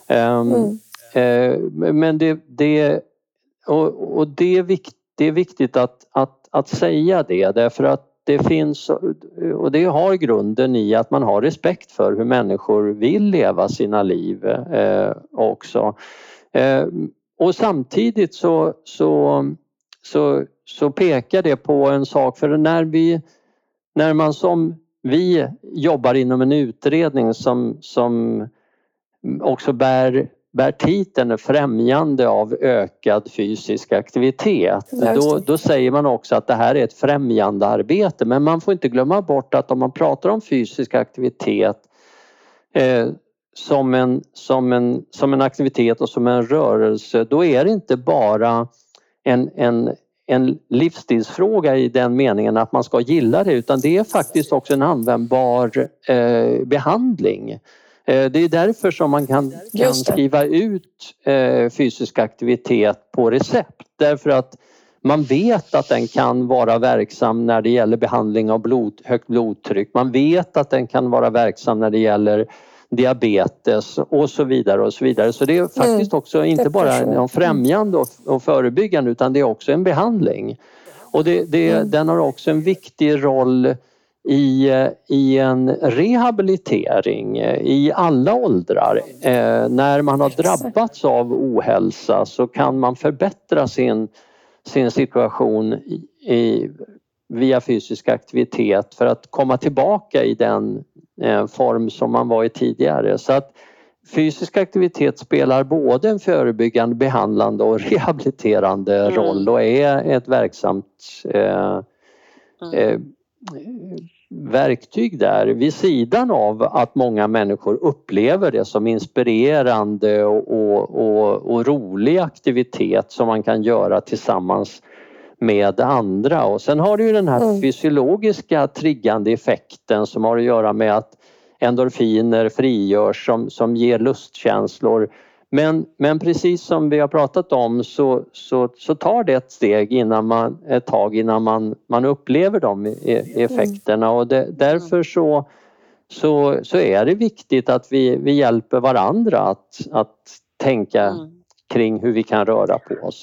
B: Men det är viktigt att säga det, därför att det finns, och det har grunden i att man har respekt för hur människor vill leva sina liv också. Och samtidigt så pekar det på en sak, för när man som vi jobbar inom en utredning som också bär titeln främjande av ökad fysisk aktivitet. Då säger man också att det här är ett främjande arbete, men man får inte glömma bort att om man pratar om fysisk aktivitet som en aktivitet och som en rörelse, då är det inte bara en livsstilsfråga i den meningen att man ska gilla det, utan det är faktiskt också en användbar behandling. Det är därför som man kan skriva ut fysisk aktivitet på recept. Därför att Man vet att den kan vara verksam när det gäller behandling av högt blodtryck. Man vet att den kan vara verksam när det gäller diabetes och så vidare och så vidare. Så det är faktiskt också inte bara en främjande och förebyggande, utan det är också en behandling. Och den har också en viktig roll i en rehabilitering i alla åldrar. När man har drabbats av ohälsa så kan man förbättra sin situation via fysisk aktivitet för att komma tillbaka i den form som man var i tidigare. Så att fysisk aktivitet spelar både en förebyggande, behandlande och rehabiliterande roll och är ett verksamt verktyg där, vid sidan av att många människor upplever det som inspirerande och rolig aktivitet som man kan göra tillsammans med andra. Och sen har du ju den här fysiologiska triggande effekten som har att göra med att endorfiner frigörs som ger lustkänslor. Men precis som vi har pratat om så tar det ett tag innan man upplever de effekterna, och därför så är det viktigt att vi hjälper varandra att tänka kring hur vi kan röra på oss.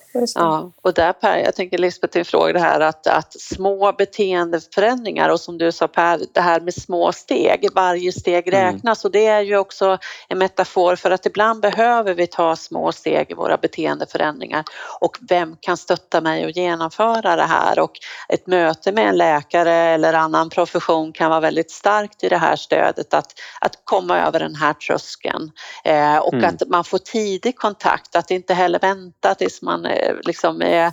C: Ja, och där Per, jag tänker Lisbeth, din fråga det här att små beteendeförändringar, och som du sa Per, det här med små steg, varje steg räknas, och det är ju också en metafor för att ibland behöver vi ta små steg i våra beteendeförändringar, och vem kan stötta mig att genomföra det här? Och ett möte med en läkare eller annan profession kan vara väldigt starkt i det här stödet, att komma över den här tröskeln, och att man får tidig kontakt, att inte heller vänta tills man liksom är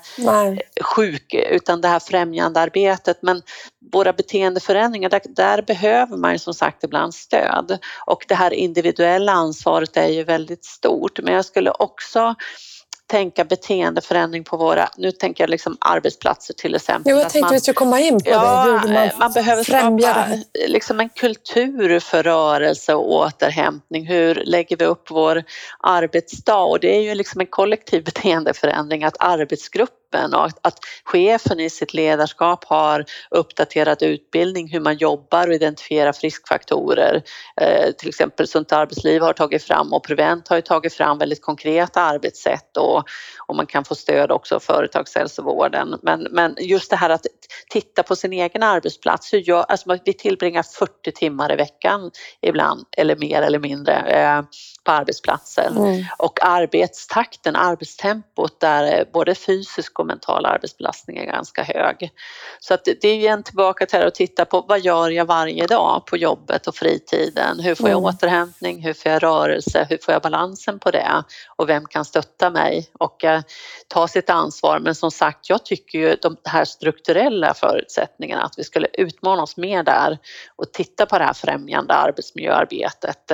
C: sjuk, utan det här främjande arbetet. Men våra beteendeförändringar, där behöver man ju som sagt ibland stöd, och det här individuella ansvaret är ju väldigt stort. Men jag skulle också tänka beteendeförändring på våra, nu tänker jag liksom arbetsplatser till exempel.
D: Jo, jag tänkte vi skulle komma in på det. Hur
C: man behöver skapa liksom en kultur för rörelse och återhämtning. Hur lägger vi upp vår arbetsdag? Och det är ju liksom en kollektiv beteendeförändring, att arbetsgruppen och att chefen i sitt ledarskap har uppdaterad utbildning hur man jobbar och identifierar friskfaktorer. Till exempel Sunt arbetsliv har tagit fram, och Prevent har ju tagit fram väldigt konkreta arbetssätt, och man kan få stöd också av företagshälsovården. Men just det här att titta på sin egen arbetsplats. Alltså vi tillbringar 40 timmar i veckan ibland, eller mer eller mindre, på arbetsplatsen. Och arbetstakten, arbetstempot, där både fysisk och mental arbetsbelastning är ganska hög. Så att det är igen tillbaka till att titta på vad gör jag varje dag på jobbet och fritiden. Hur får jag återhämtning, hur får jag rörelse, hur får jag balansen på det, och vem kan stötta mig och ta sitt ansvar. Men som sagt, jag tycker ju de här strukturella förutsättningarna, att vi skulle utmana oss mer där och titta på det här främjande arbetsmiljöarbetet.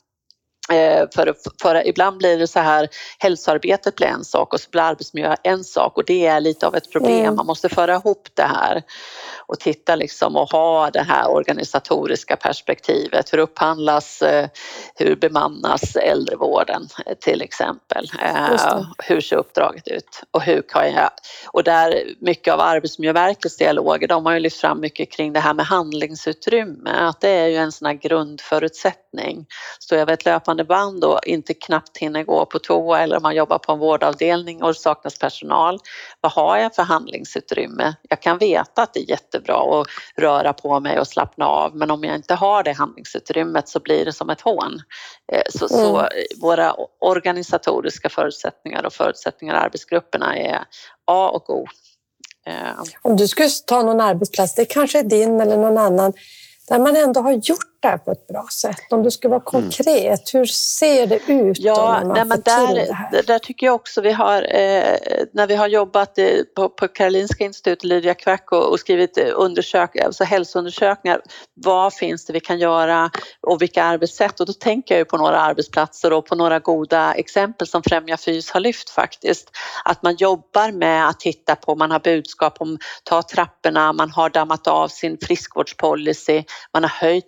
C: För ibland blir det så här, hälsoarbetet blir en sak och så blir arbetsmiljö en sak, och det är lite av ett problem. Man måste föra ihop det här och titta liksom och ha det här organisatoriska perspektivet. Hur upphandlas, hur bemannas äldrevården till exempel? Hur ser uppdraget ut? Och hur kan jag, och där mycket av Arbetsmiljöverkets dialoger, de har ju lyft fram mycket kring det här med handlingsutrymme, att det är ju en sån här grundförutsättning. Står jag vid ett löpande band och inte knappt hinner gå på toa, eller om man jobbar på en vårdavdelning och det saknas personal, vad har jag för handlingsutrymme? Jag kan veta att det är jättebra att röra på mig och slappna av, men om jag inte har det handlingsutrymmet så blir det som ett hån. Så våra organisatoriska förutsättningar och förutsättningar i arbetsgrupperna är A och O.
D: Om du skulle ta någon arbetsplats, det kanske är din eller någon annan, där man ändå har gjort det här på ett bra sätt. Om du ska vara konkret, hur ser det ut när man får till det här?
C: Där tycker jag också vi har, när vi har jobbat på Karolinska institutet, Lydia Kvack, och skrivit alltså hälsoundersökningar, vad finns det vi kan göra och vilka arbetssätt? Och då tänker jag ju på några arbetsplatser och på några goda exempel som Främja Fys har lyft faktiskt. Att man jobbar med att titta på, man har budskap om ta trapporna, man har dammat av sin friskvårdspolicy, man har höjt bidrag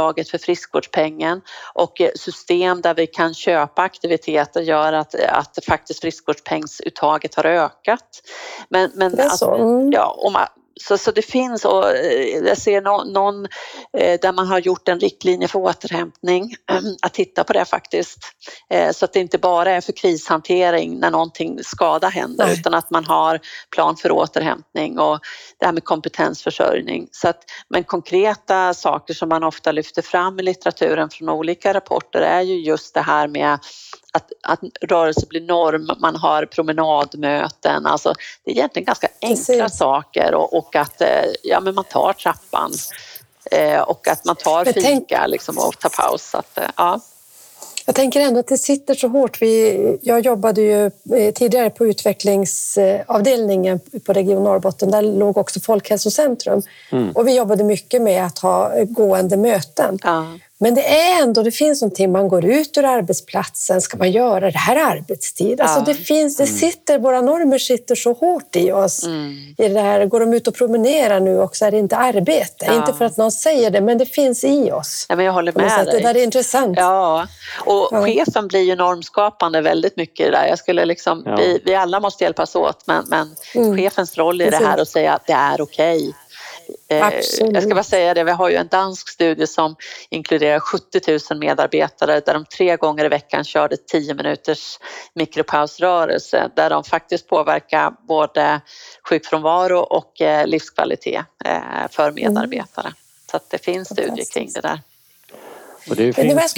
C: uttaget för friskvårdspengen, och system där vi kan köpa aktiviteter gör att faktiskt friskvårdspengsuttaget har ökat. Men
D: Det är så.
C: ja, så det finns, och jag ser någon där man har gjort en riktlinje för återhämtning, att titta på det faktiskt. Så att det inte bara är för krishantering när någonting skada händer. Nej. Utan att man har plan för återhämtning och det här med kompetensförsörjning. Men konkreta saker som man ofta lyfter fram i litteraturen från olika rapporter är ju just det här med att rörelse blir norm, man har promenadmöten, alltså det är egentligen ganska enkla saker, och att men man tar trappan och att man tar fika liksom, och tar paus. Så att, ja.
D: Jag tänker ändå att det sitter så hårt. Jag jobbade ju tidigare på utvecklingsavdelningen på Region Norrbotten. Där låg också Folkhälsocentrum. Och vi jobbade mycket med att ha gående möten. Ja. Men det finns någonting, man går ut ur arbetsplatsen, ska man göra det här arbetstid? Alltså våra normer sitter så hårt i oss. I det här, går de ut och promenerar nu också, är det inte arbete. Ja. Inte för att någon säger det, men det finns i oss.
C: Ja, men jag håller med dig.
D: Det där är intressant.
C: Ja, och chefen blir ju normskapande väldigt mycket där. Jag skulle vi alla måste hjälpas åt, men chefens roll i det här att säga att det är okej. Jag ska bara säga det, vi har ju en dansk studie som inkluderar 70 000 medarbetare där de 3 gånger i veckan körde 10 minuters mikropausrörelse där de faktiskt påverkar både sjukfrånvaro och livskvalitet för medarbetare. Så att det finns studier kring det där.
B: Och det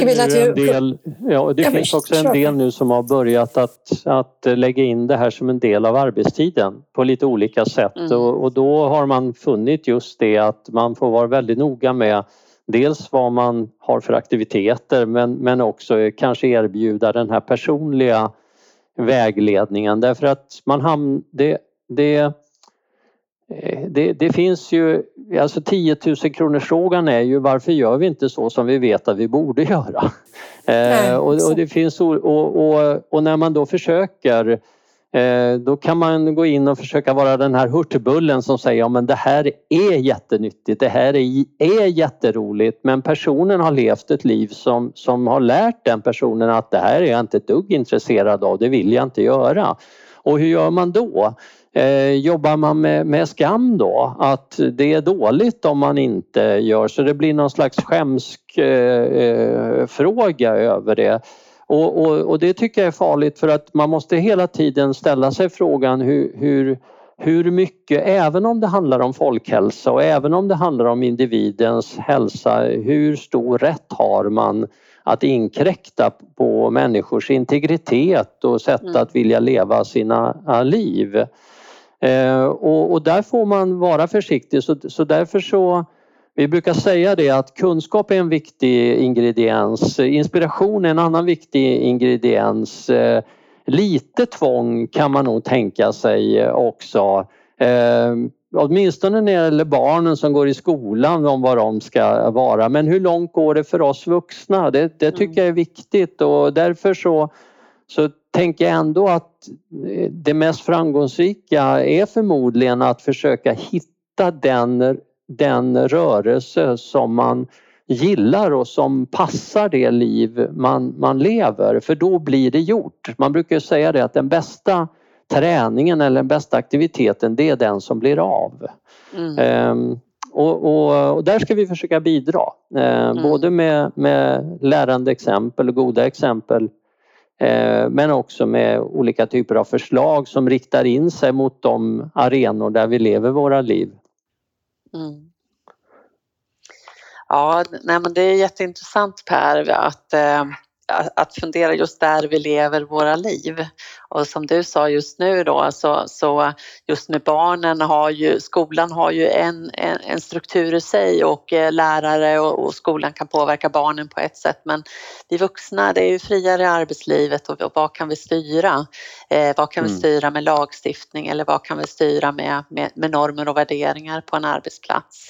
B: finns också en del nu som har börjat att lägga in det här som en del av arbetstiden på lite olika sätt. Och då har man funnit just det att man får vara väldigt noga med dels vad man har för aktiviteter men också kanske erbjuda den här personliga vägledningen. Därför att det finns ju, alltså 10 000 kronors frågan är ju varför gör vi inte så som vi vet att vi borde göra? Och det finns och när man då försöker då kan man gå in och försöka vara den här hurtbullen som säger men det här är jättenyttigt, det här är jätteroligt, men personen har levt ett liv som har lärt den personen att det här är jag inte ett dugg intresserad av, det vill jag inte göra. Och hur gör man då? Jobbar man med skam då? Att det är dåligt om man inte gör så det blir någon slags skämsk fråga över det. Och det tycker jag är farligt för att man måste hela tiden ställa sig frågan hur mycket, även om det handlar om folkhälsa och även om det handlar om individens hälsa, hur stor rätt har man att inkräkta på människors integritet och sätt att vilja leva sina liv. Och där får man vara försiktig, så därför så vi brukar säga det att kunskap är en viktig ingrediens, inspiration är en annan viktig ingrediens, lite tvång kan man nog tänka sig också. Åtminstone när det gäller barnen som går i skolan om vad de ska vara, men hur långt går det för oss vuxna? Det tycker jag är viktigt, och därför så tänker jag ändå att det mest framgångsrika är förmodligen att försöka hitta den rörelse som man gillar och som passar det liv man lever, för då blir det gjort. Man brukar ju säga det att den bästa träningen eller den bästa aktiviteten, det är den som blir av. Och där ska vi försöka bidra. Både med lärande exempel och goda exempel. Men också med olika typer av förslag som riktar in sig mot de arenor där vi lever våra liv.
C: Ja, men det är jätteintressant, Per, att fundera just där vi lever våra liv. Och som du sa just nu då, så just med barnen skolan har ju en struktur i sig, och lärare och skolan kan påverka barnen på ett sätt, men vi vuxna, det är ju friare i arbetslivet, och vad kan vi styra? Vad kan vi styra med lagstiftning, eller vad kan vi styra med normer och värderingar på en arbetsplats?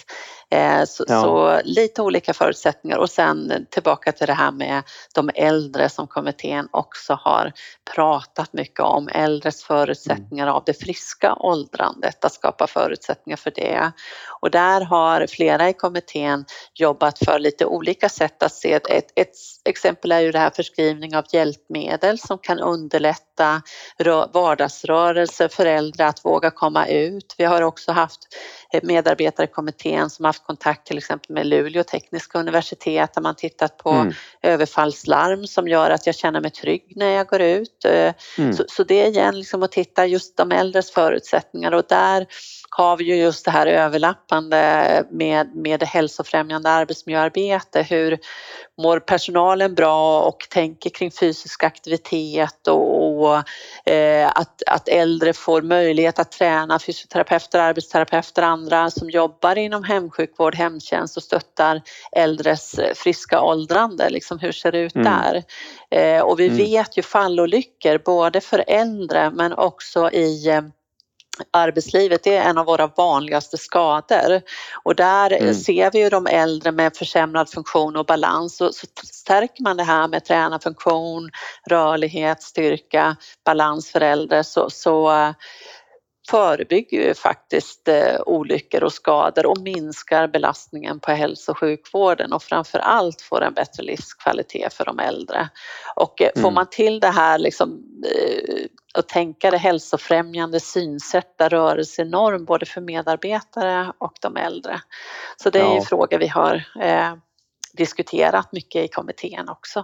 C: Så lite olika förutsättningar, och sen tillbaka till det här med de äldre som kommittén också har pratat mycket om, äldres förutsättningar av det friska åldrandet, att skapa förutsättningar för det. Och där har flera i kommittén jobbat för lite olika sätt att se. Ett exempel är ju det här förskrivning av hjälpmedel som kan underlätta vardagsrörelse för äldre att våga komma ut. Vi har också haft medarbetare i kommittén som haft kontakt till exempel med Luleå tekniska universitet, där man tittat på överfallslarm som gör att jag känner mig trygg när jag går ut. Så det är igen liksom att titta just de äldres förutsättningar, och där har vi ju just det här överlappande med det hälsofrämjande arbetsmiljöarbete. Hur mår personalen bra och tänker kring fysisk aktivitet, och att äldre får möjlighet att träna, fysioterapeuter, arbetsterapeuter, andra som jobbar inom hemsjukvård, hemtjänst och stöttar äldres friska åldrande. Liksom, hur ser det ut där? Och vi vet ju fallolyckor både för äldre men också i arbetslivet. Det är en av våra vanligaste skador, och där ser vi ju de äldre med försämrad funktion och balans, så stärker man det här med tränarfunktion, rörlighet, styrka, balans för äldre, så förebygger ju faktiskt olyckor och skador och minskar belastningen på hälso- och sjukvården, och framför allt får en bättre livskvalitet för de äldre. Och får man till det här liksom, och tänka det hälsofrämjande synsätt där rörelse är norm både för medarbetare och de äldre. Så det är ju frågor vi har diskuterat mycket i kommittén också.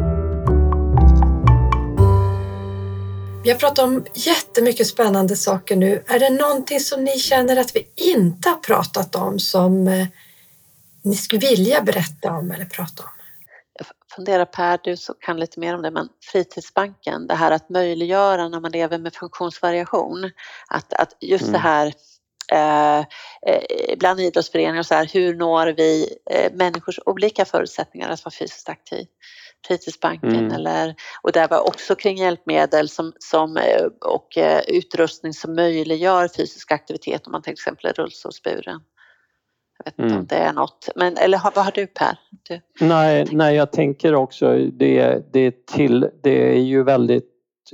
D: Vi har pratat om jättemycket spännande saker nu. Är det någonting som ni känner att vi inte har pratat om som ni skulle vilja berätta om eller prata om?
C: Jag funderar, Per, du kan lite mer om det, men Fritidsbanken, det här att möjliggöra när man lever med funktionsvariation, att just det här bland idrottsföreningar och så här, hur når vi människors olika förutsättningar att vara fysiskt aktiv? Fritidsbanken och där var också kring hjälpmedel och utrustning som möjliggör fysisk aktivitet om man till exempel är rullstolsburen. Jag vet inte om det är något, men eller vad har du, Per?
B: Nej, jag tänker också det är ju väldigt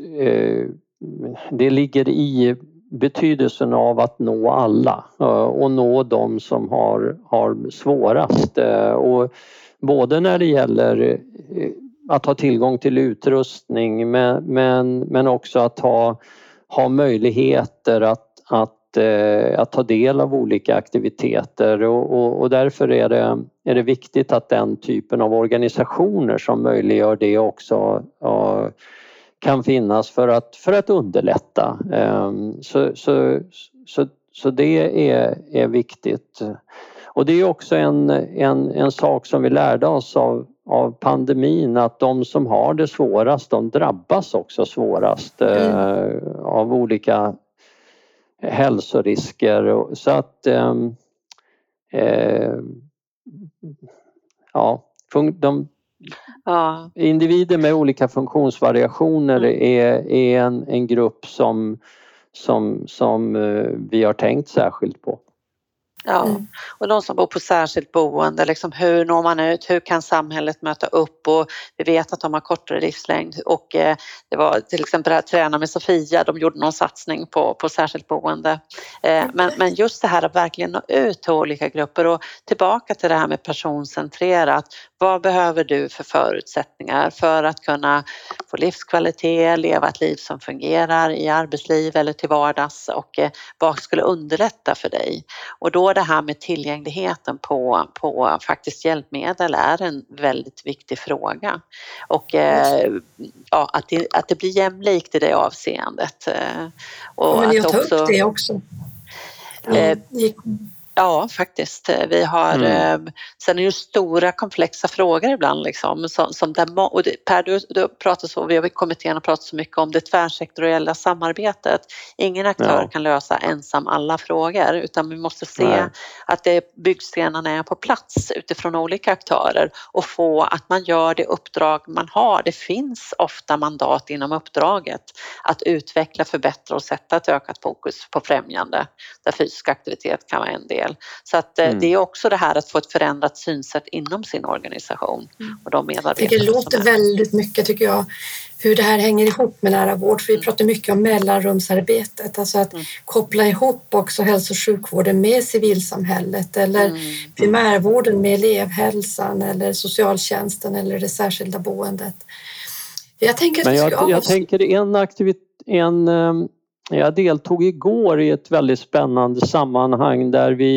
B: det ligger i betydelsen av att nå alla och nå de som har svårast, och både när det gäller att ha tillgång till utrustning men också att ha möjligheter att ta del av olika aktiviteter, och därför är det viktigt att den typen av organisationer som möjliggör det också kan finnas för att underlätta. Så det är viktigt. Och det är också en sak som vi lärde oss av pandemin, att de som har det svårast, de drabbas också svårast av olika hälsorisker. Så att individer med olika funktionsvariationer är en grupp som vi har tänkt särskilt på.
C: Ja, och de som bor på särskilt boende, liksom, hur når man ut, hur kan samhället möta upp, och vi vet att de har kortare livslängd, och det var till exempel det här Träna med Sofia, de gjorde någon satsning på särskilt boende, men just det här att verkligen nå ut till olika grupper, och tillbaka till det här med personcentrerat. Vad behöver du för förutsättningar för att kunna få livskvalitet, leva ett liv som fungerar i arbetsliv eller till vardags, och vad skulle underlätta för dig? Och då det här med tillgängligheten på faktiskt hjälpmedel är en väldigt viktig fråga. Och att det blir jämlikt i det avseendet.
D: Och ni har tagit upp det också.
C: Ja, faktiskt. Vi har, sen är det ju stora komplexa frågor ibland liksom, som där, och det, Per, du pratar så, vi har i kommittén och pratat så mycket om det tvärsektoriella samarbetet. Ingen aktör kan lösa ensam alla frågor, utan vi måste se att byggstenarna är på plats utifrån olika aktörer, och få att man gör det uppdrag man har. Det finns ofta mandat inom uppdraget att utveckla, förbättra och sätta ett ökat fokus på främjande, där fysisk aktivitet kan vara en del. del. Så att det är också det här att få ett förändrat synsätt inom sin organisation och de medarbetare.
D: Det låter väldigt mycket, tycker jag, hur det här hänger ihop med nära vård. För vi pratar mycket om mellanrumsarbetet, alltså att koppla ihop också hälso- och sjukvården med civilsamhället eller primärvården med elevhälsan eller socialtjänsten eller det särskilda boendet. Jag tänker
B: jag deltog igår i ett väldigt spännande sammanhang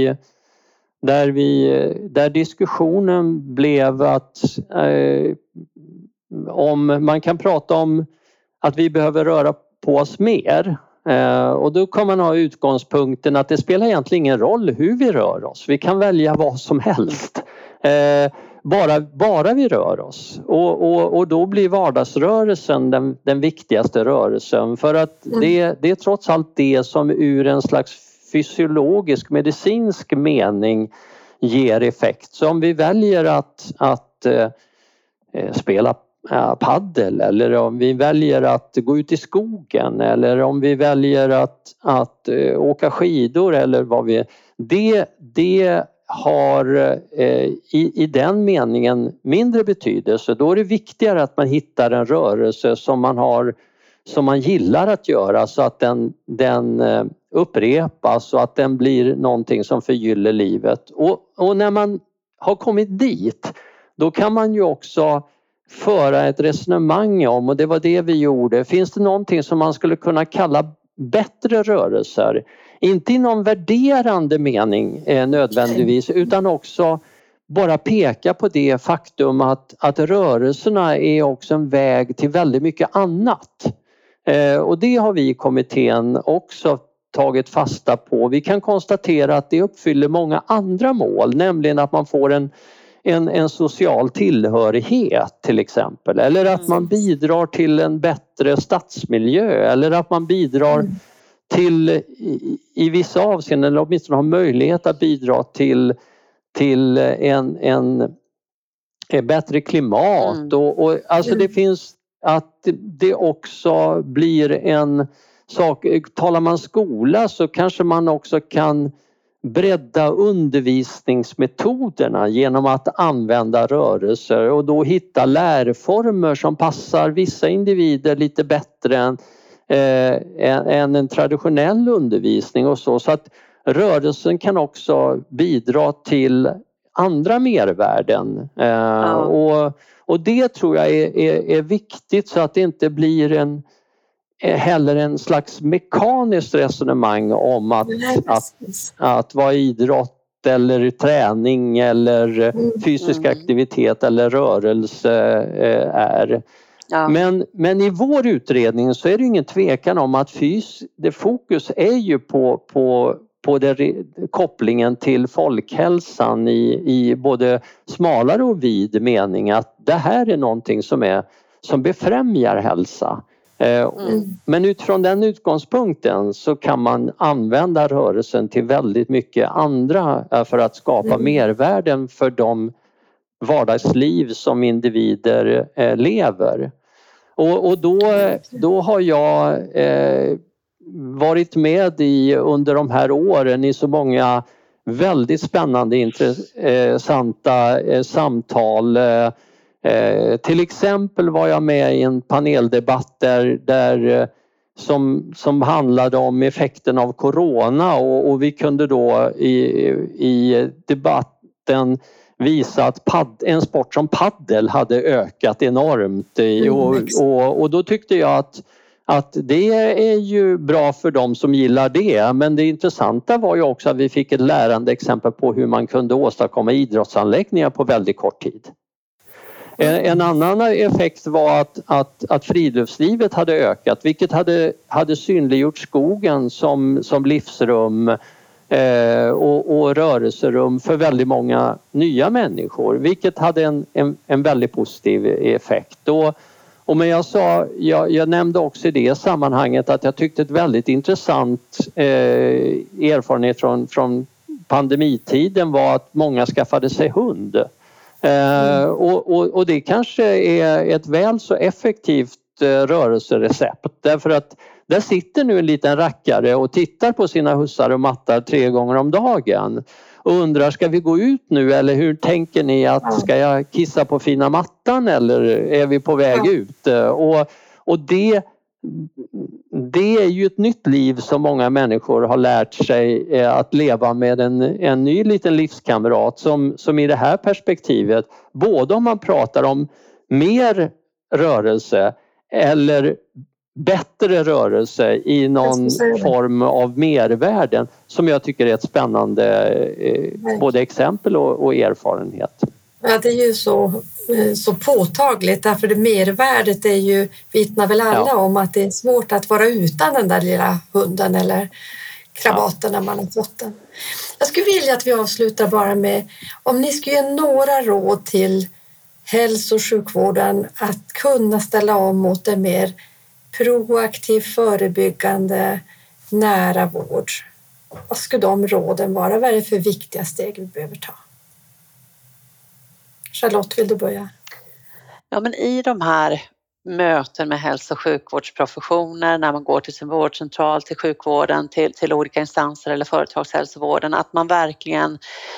B: där diskussionen blev att om man kan prata om att vi behöver röra på oss mer, och då kan man ha utgångspunkten att det spelar egentligen ingen roll hur vi rör oss. Vi kan välja vad som helst. Bara vi rör oss och då blir vardagsrörelsen den viktigaste rörelsen, för att det är trots allt det som ur en slags fysiologisk medicinsk mening ger effekt. Så om vi väljer att spela paddel, eller om vi väljer att gå ut i skogen, eller om vi väljer att åka skidor, eller vad vi... Det har i den meningen mindre betydelse. Då är det viktigare att man hittar en rörelse som man gillar att göra, så att den upprepas och att den blir någonting som förgyller livet. Och när man har kommit dit, då kan man ju också föra ett resonemang om, och det var det vi gjorde, finns det någonting som man skulle kunna kalla bättre rörelser? Inte i någon värderande mening nödvändigvis, utan också bara peka på det faktum att rörelserna är också en väg till väldigt mycket annat. Och det har vi i kommittén också tagit fasta på. Vi kan konstatera att det uppfyller många andra mål, nämligen att man får en social tillhörighet till exempel, eller att man bidrar till en bättre stadsmiljö, eller att man bidrar till i vissa avseenden, eller åtminstone har möjlighet att bidra till en bättre klimat. Och alltså det finns att det också blir en sak. Talar man skola så kanske man också kan bredda undervisningsmetoderna genom att använda rörelser och då hitta lärformer som passar vissa individer lite bättre än en traditionell undervisning och så att rörelsen kan också bidra till andra mervärden. Och det tror jag är viktigt, så att det inte blir heller en slags mekaniskt resonemang om att vara idrott eller träning eller fysisk aktivitet eller rörelse är. Ja. Men i vår utredning så är det ingen tvekan om att det fokus är ju på kopplingen till folkhälsan i både smalare och vid mening, att det här är någonting som befrämjar hälsa. Men utifrån den utgångspunkten så kan man använda rörelsen till väldigt mycket andra för att skapa mervärden för de vardagsliv som individer lever. Och då har jag varit med under de här åren i så många väldigt spännande intressanta samtal. Till exempel var jag med i en paneldebatt som handlade om effekten av corona, och vi kunde då i debatten visa att en sport som paddel hade ökat enormt och då tyckte jag att det är ju bra för dem som gillar det, men det intressanta var ju också att vi fick ett lärande exempel på hur man kunde åstadkomma idrottsanläggningar på väldigt kort tid. En annan effekt var att friluftslivet hade ökat, vilket hade synliggjort skogen som livsrum och rörelserum för väldigt många nya människor, vilket hade en väldigt positiv effekt. Men jag nämnde också i det sammanhanget att jag tyckte ett väldigt intressant erfarenhet från pandemitiden var att många skaffade sig hund. Och det kanske är ett väl så effektivt rörelserecept, därför att där sitter nu en liten rackare och tittar på sina hussar och mattar 3 gånger om dagen och undrar, ska vi gå ut nu eller hur tänker ni att ska jag kissa på fina mattan eller är vi på väg ut? Och det är ju ett nytt liv som många människor har lärt sig att leva med en ny liten livskamrat som i det här perspektivet, både om man pratar om mer rörelse eller bättre rörelse i någon form av mervärden, som jag tycker är ett spännande både exempel och erfarenhet.
D: Ja, det är ju så påtagligt, därför det mervärdet är ju, vittnar väl alla om att det är svårt att vara utan den där lilla hunden eller krabaten när man har fått den. Jag skulle vilja att vi avslutar bara med, om ni skulle ge några råd till hälso- och sjukvården att kunna ställa om mot en mer proaktiv, förebyggande, nära vård. Vad skulle de råden vara? Vad är det för viktiga steg vi behöver ta? Charlotte, vill du börja?
C: Ja, men i de här möten med hälso- och sjukvårdsprofessioner, när man går till sin vårdcentral, till sjukvården, till olika instanser eller företagshälsovården, att man verkligen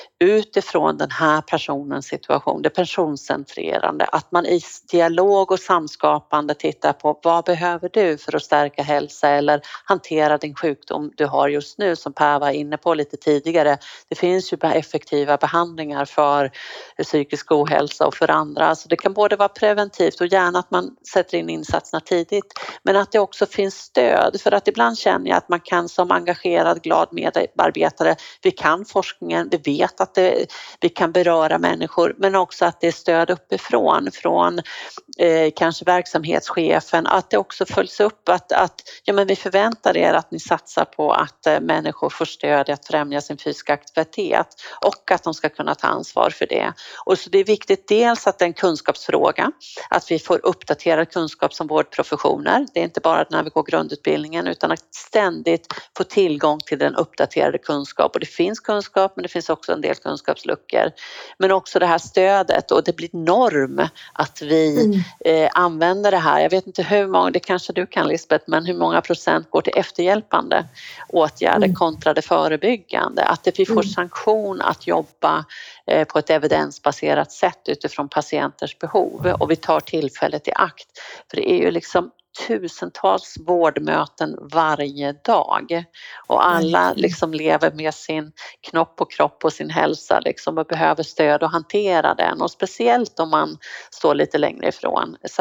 C: utifrån den här personens situation, det personcentrerande, att man i dialog och samskapande tittar på vad behöver du för att stärka hälsa eller hantera din sjukdom du har just nu, som Per var inne på lite tidigare. Det finns ju bara effektiva behandlingar för psykisk ohälsa och för andra, så det kan både vara preventivt och gärna att man sätter in insatserna tidigt, men att det också finns stöd, för att ibland känner jag att man kan som engagerad, glad medarbetare, vi kan forskningen, vi vet att vi kan beröra människor, men också att det är stöd uppifrån, från kanske verksamhetschefen, att det också följs upp att ja, men vi förväntar er att ni satsar på att människor får stöd i att främja sin fysiska aktivitet och att de ska kunna ta ansvar för det. Och så det är viktigt dels att det är en kunskapsfråga, att vi får uppdaterad kunskap som vårdprofessioner. Det är inte bara när vi går grundutbildningen, utan att ständigt få tillgång till den uppdaterade kunskap. Och det finns kunskap, men det finns också en del kunskapsluckor. Men också det här stödet, och det blir norm att vi använder det här. Jag vet inte hur många, det kanske du kan Lisbeth, men hur många procent går till efterhjälpande åtgärder kontra det förebyggande? Att vi får sanktion att jobba på ett evidensbaserat sätt utifrån patienters behov, och vi tar tillfället i akt. För det är ju liksom tusentals vårdmöten varje dag och alla liksom lever med sin knopp och kropp och sin hälsa liksom, och behöver stöd att hantera den, och speciellt om man står lite längre ifrån. Så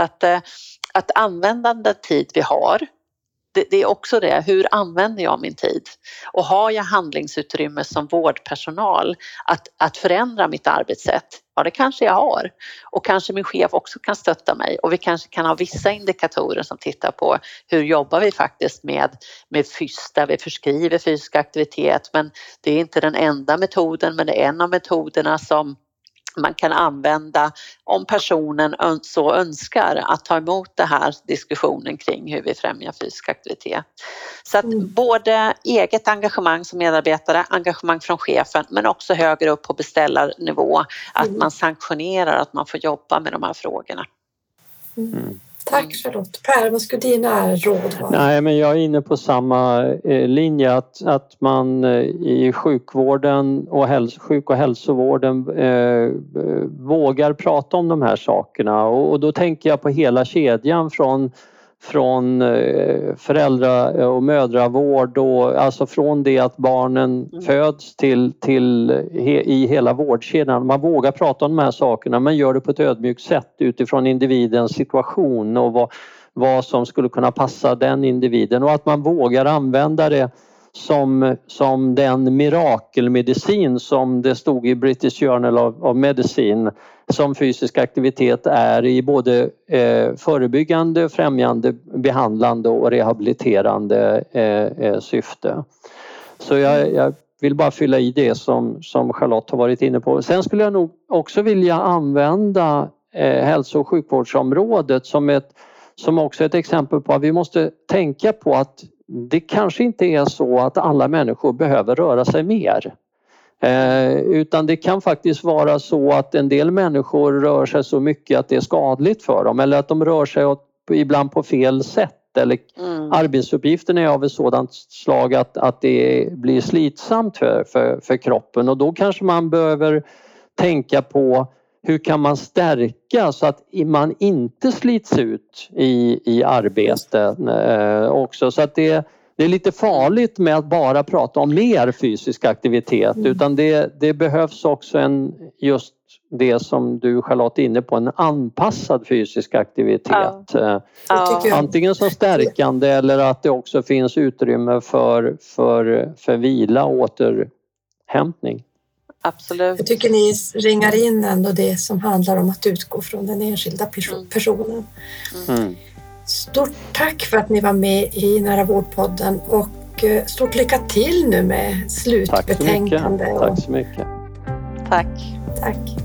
C: att använda den tid vi har, det är också det, hur använder jag min tid? Och har jag handlingsutrymme som vårdpersonal att förändra mitt arbetssätt? Ja, det kanske jag har. Och kanske min chef också kan stötta mig. Och vi kanske kan ha vissa indikatorer som tittar på hur jobbar vi faktiskt med FYS, där vi förskriver fysisk aktivitet. Men det är inte den enda metoden, men det är en av metoderna som man kan använda om personen så önskar, att ta emot det här diskussionen kring hur vi främjar fysisk aktivitet. Så att både eget engagemang som medarbetare, engagemang från chefen, men också högre upp på beställarnivå, att man sanktionerar att man får jobba med de här frågorna.
D: Tack Charlotte. Per, vad skulle dina råd vara?
B: Nej, men jag är inne på samma linje, att man i sjukvården och sjuk- och hälsovården vågar prata om de här sakerna, och då tänker jag på hela kedjan från föräldra- och mödravård, och alltså från det att barnen föds i hela vårdkedjan. Man vågar prata om de här sakerna, men gör det på ett ödmjukt sätt utifrån individens situation och vad som skulle kunna passa den individen, och att man vågar använda det som den mirakelmedicin som det stod i British Journal of Medicine, som fysisk aktivitet är i både förebyggande, främjande, behandlande och rehabiliterande syfte. Så jag vill bara fylla i det som Charlotte har varit inne på. Sen skulle jag nog också vilja använda hälso- och sjukvårdsområdet som också ett exempel på att vi måste tänka på att det kanske inte är så att alla människor behöver röra sig mer. Utan det kan faktiskt vara så att en del människor rör sig så mycket att det är skadligt för dem, eller att de rör sig ibland på fel sätt. sätt eller arbetsuppgiften är av ett sådant slag att det blir slitsamt för kroppen, och då kanske man behöver tänka på hur kan man stärka så att man inte slits ut i arbete också. Så att det är lite farligt med att bara prata om mer fysisk aktivitet, utan det behövs också just det som du Charlotte är inne på, en anpassad fysisk aktivitet. Antingen som stärkande eller att det också finns utrymme för vila och återhämtning.
C: Absolut.
D: Jag tycker ni ringar in ändå det som handlar om att utgå från den enskilda personen. Stort tack för att ni var med i Nära vårdpodden, och stort lycka till nu med slutbetänkande.
B: Tack så mycket.
C: Tack.
D: Tack.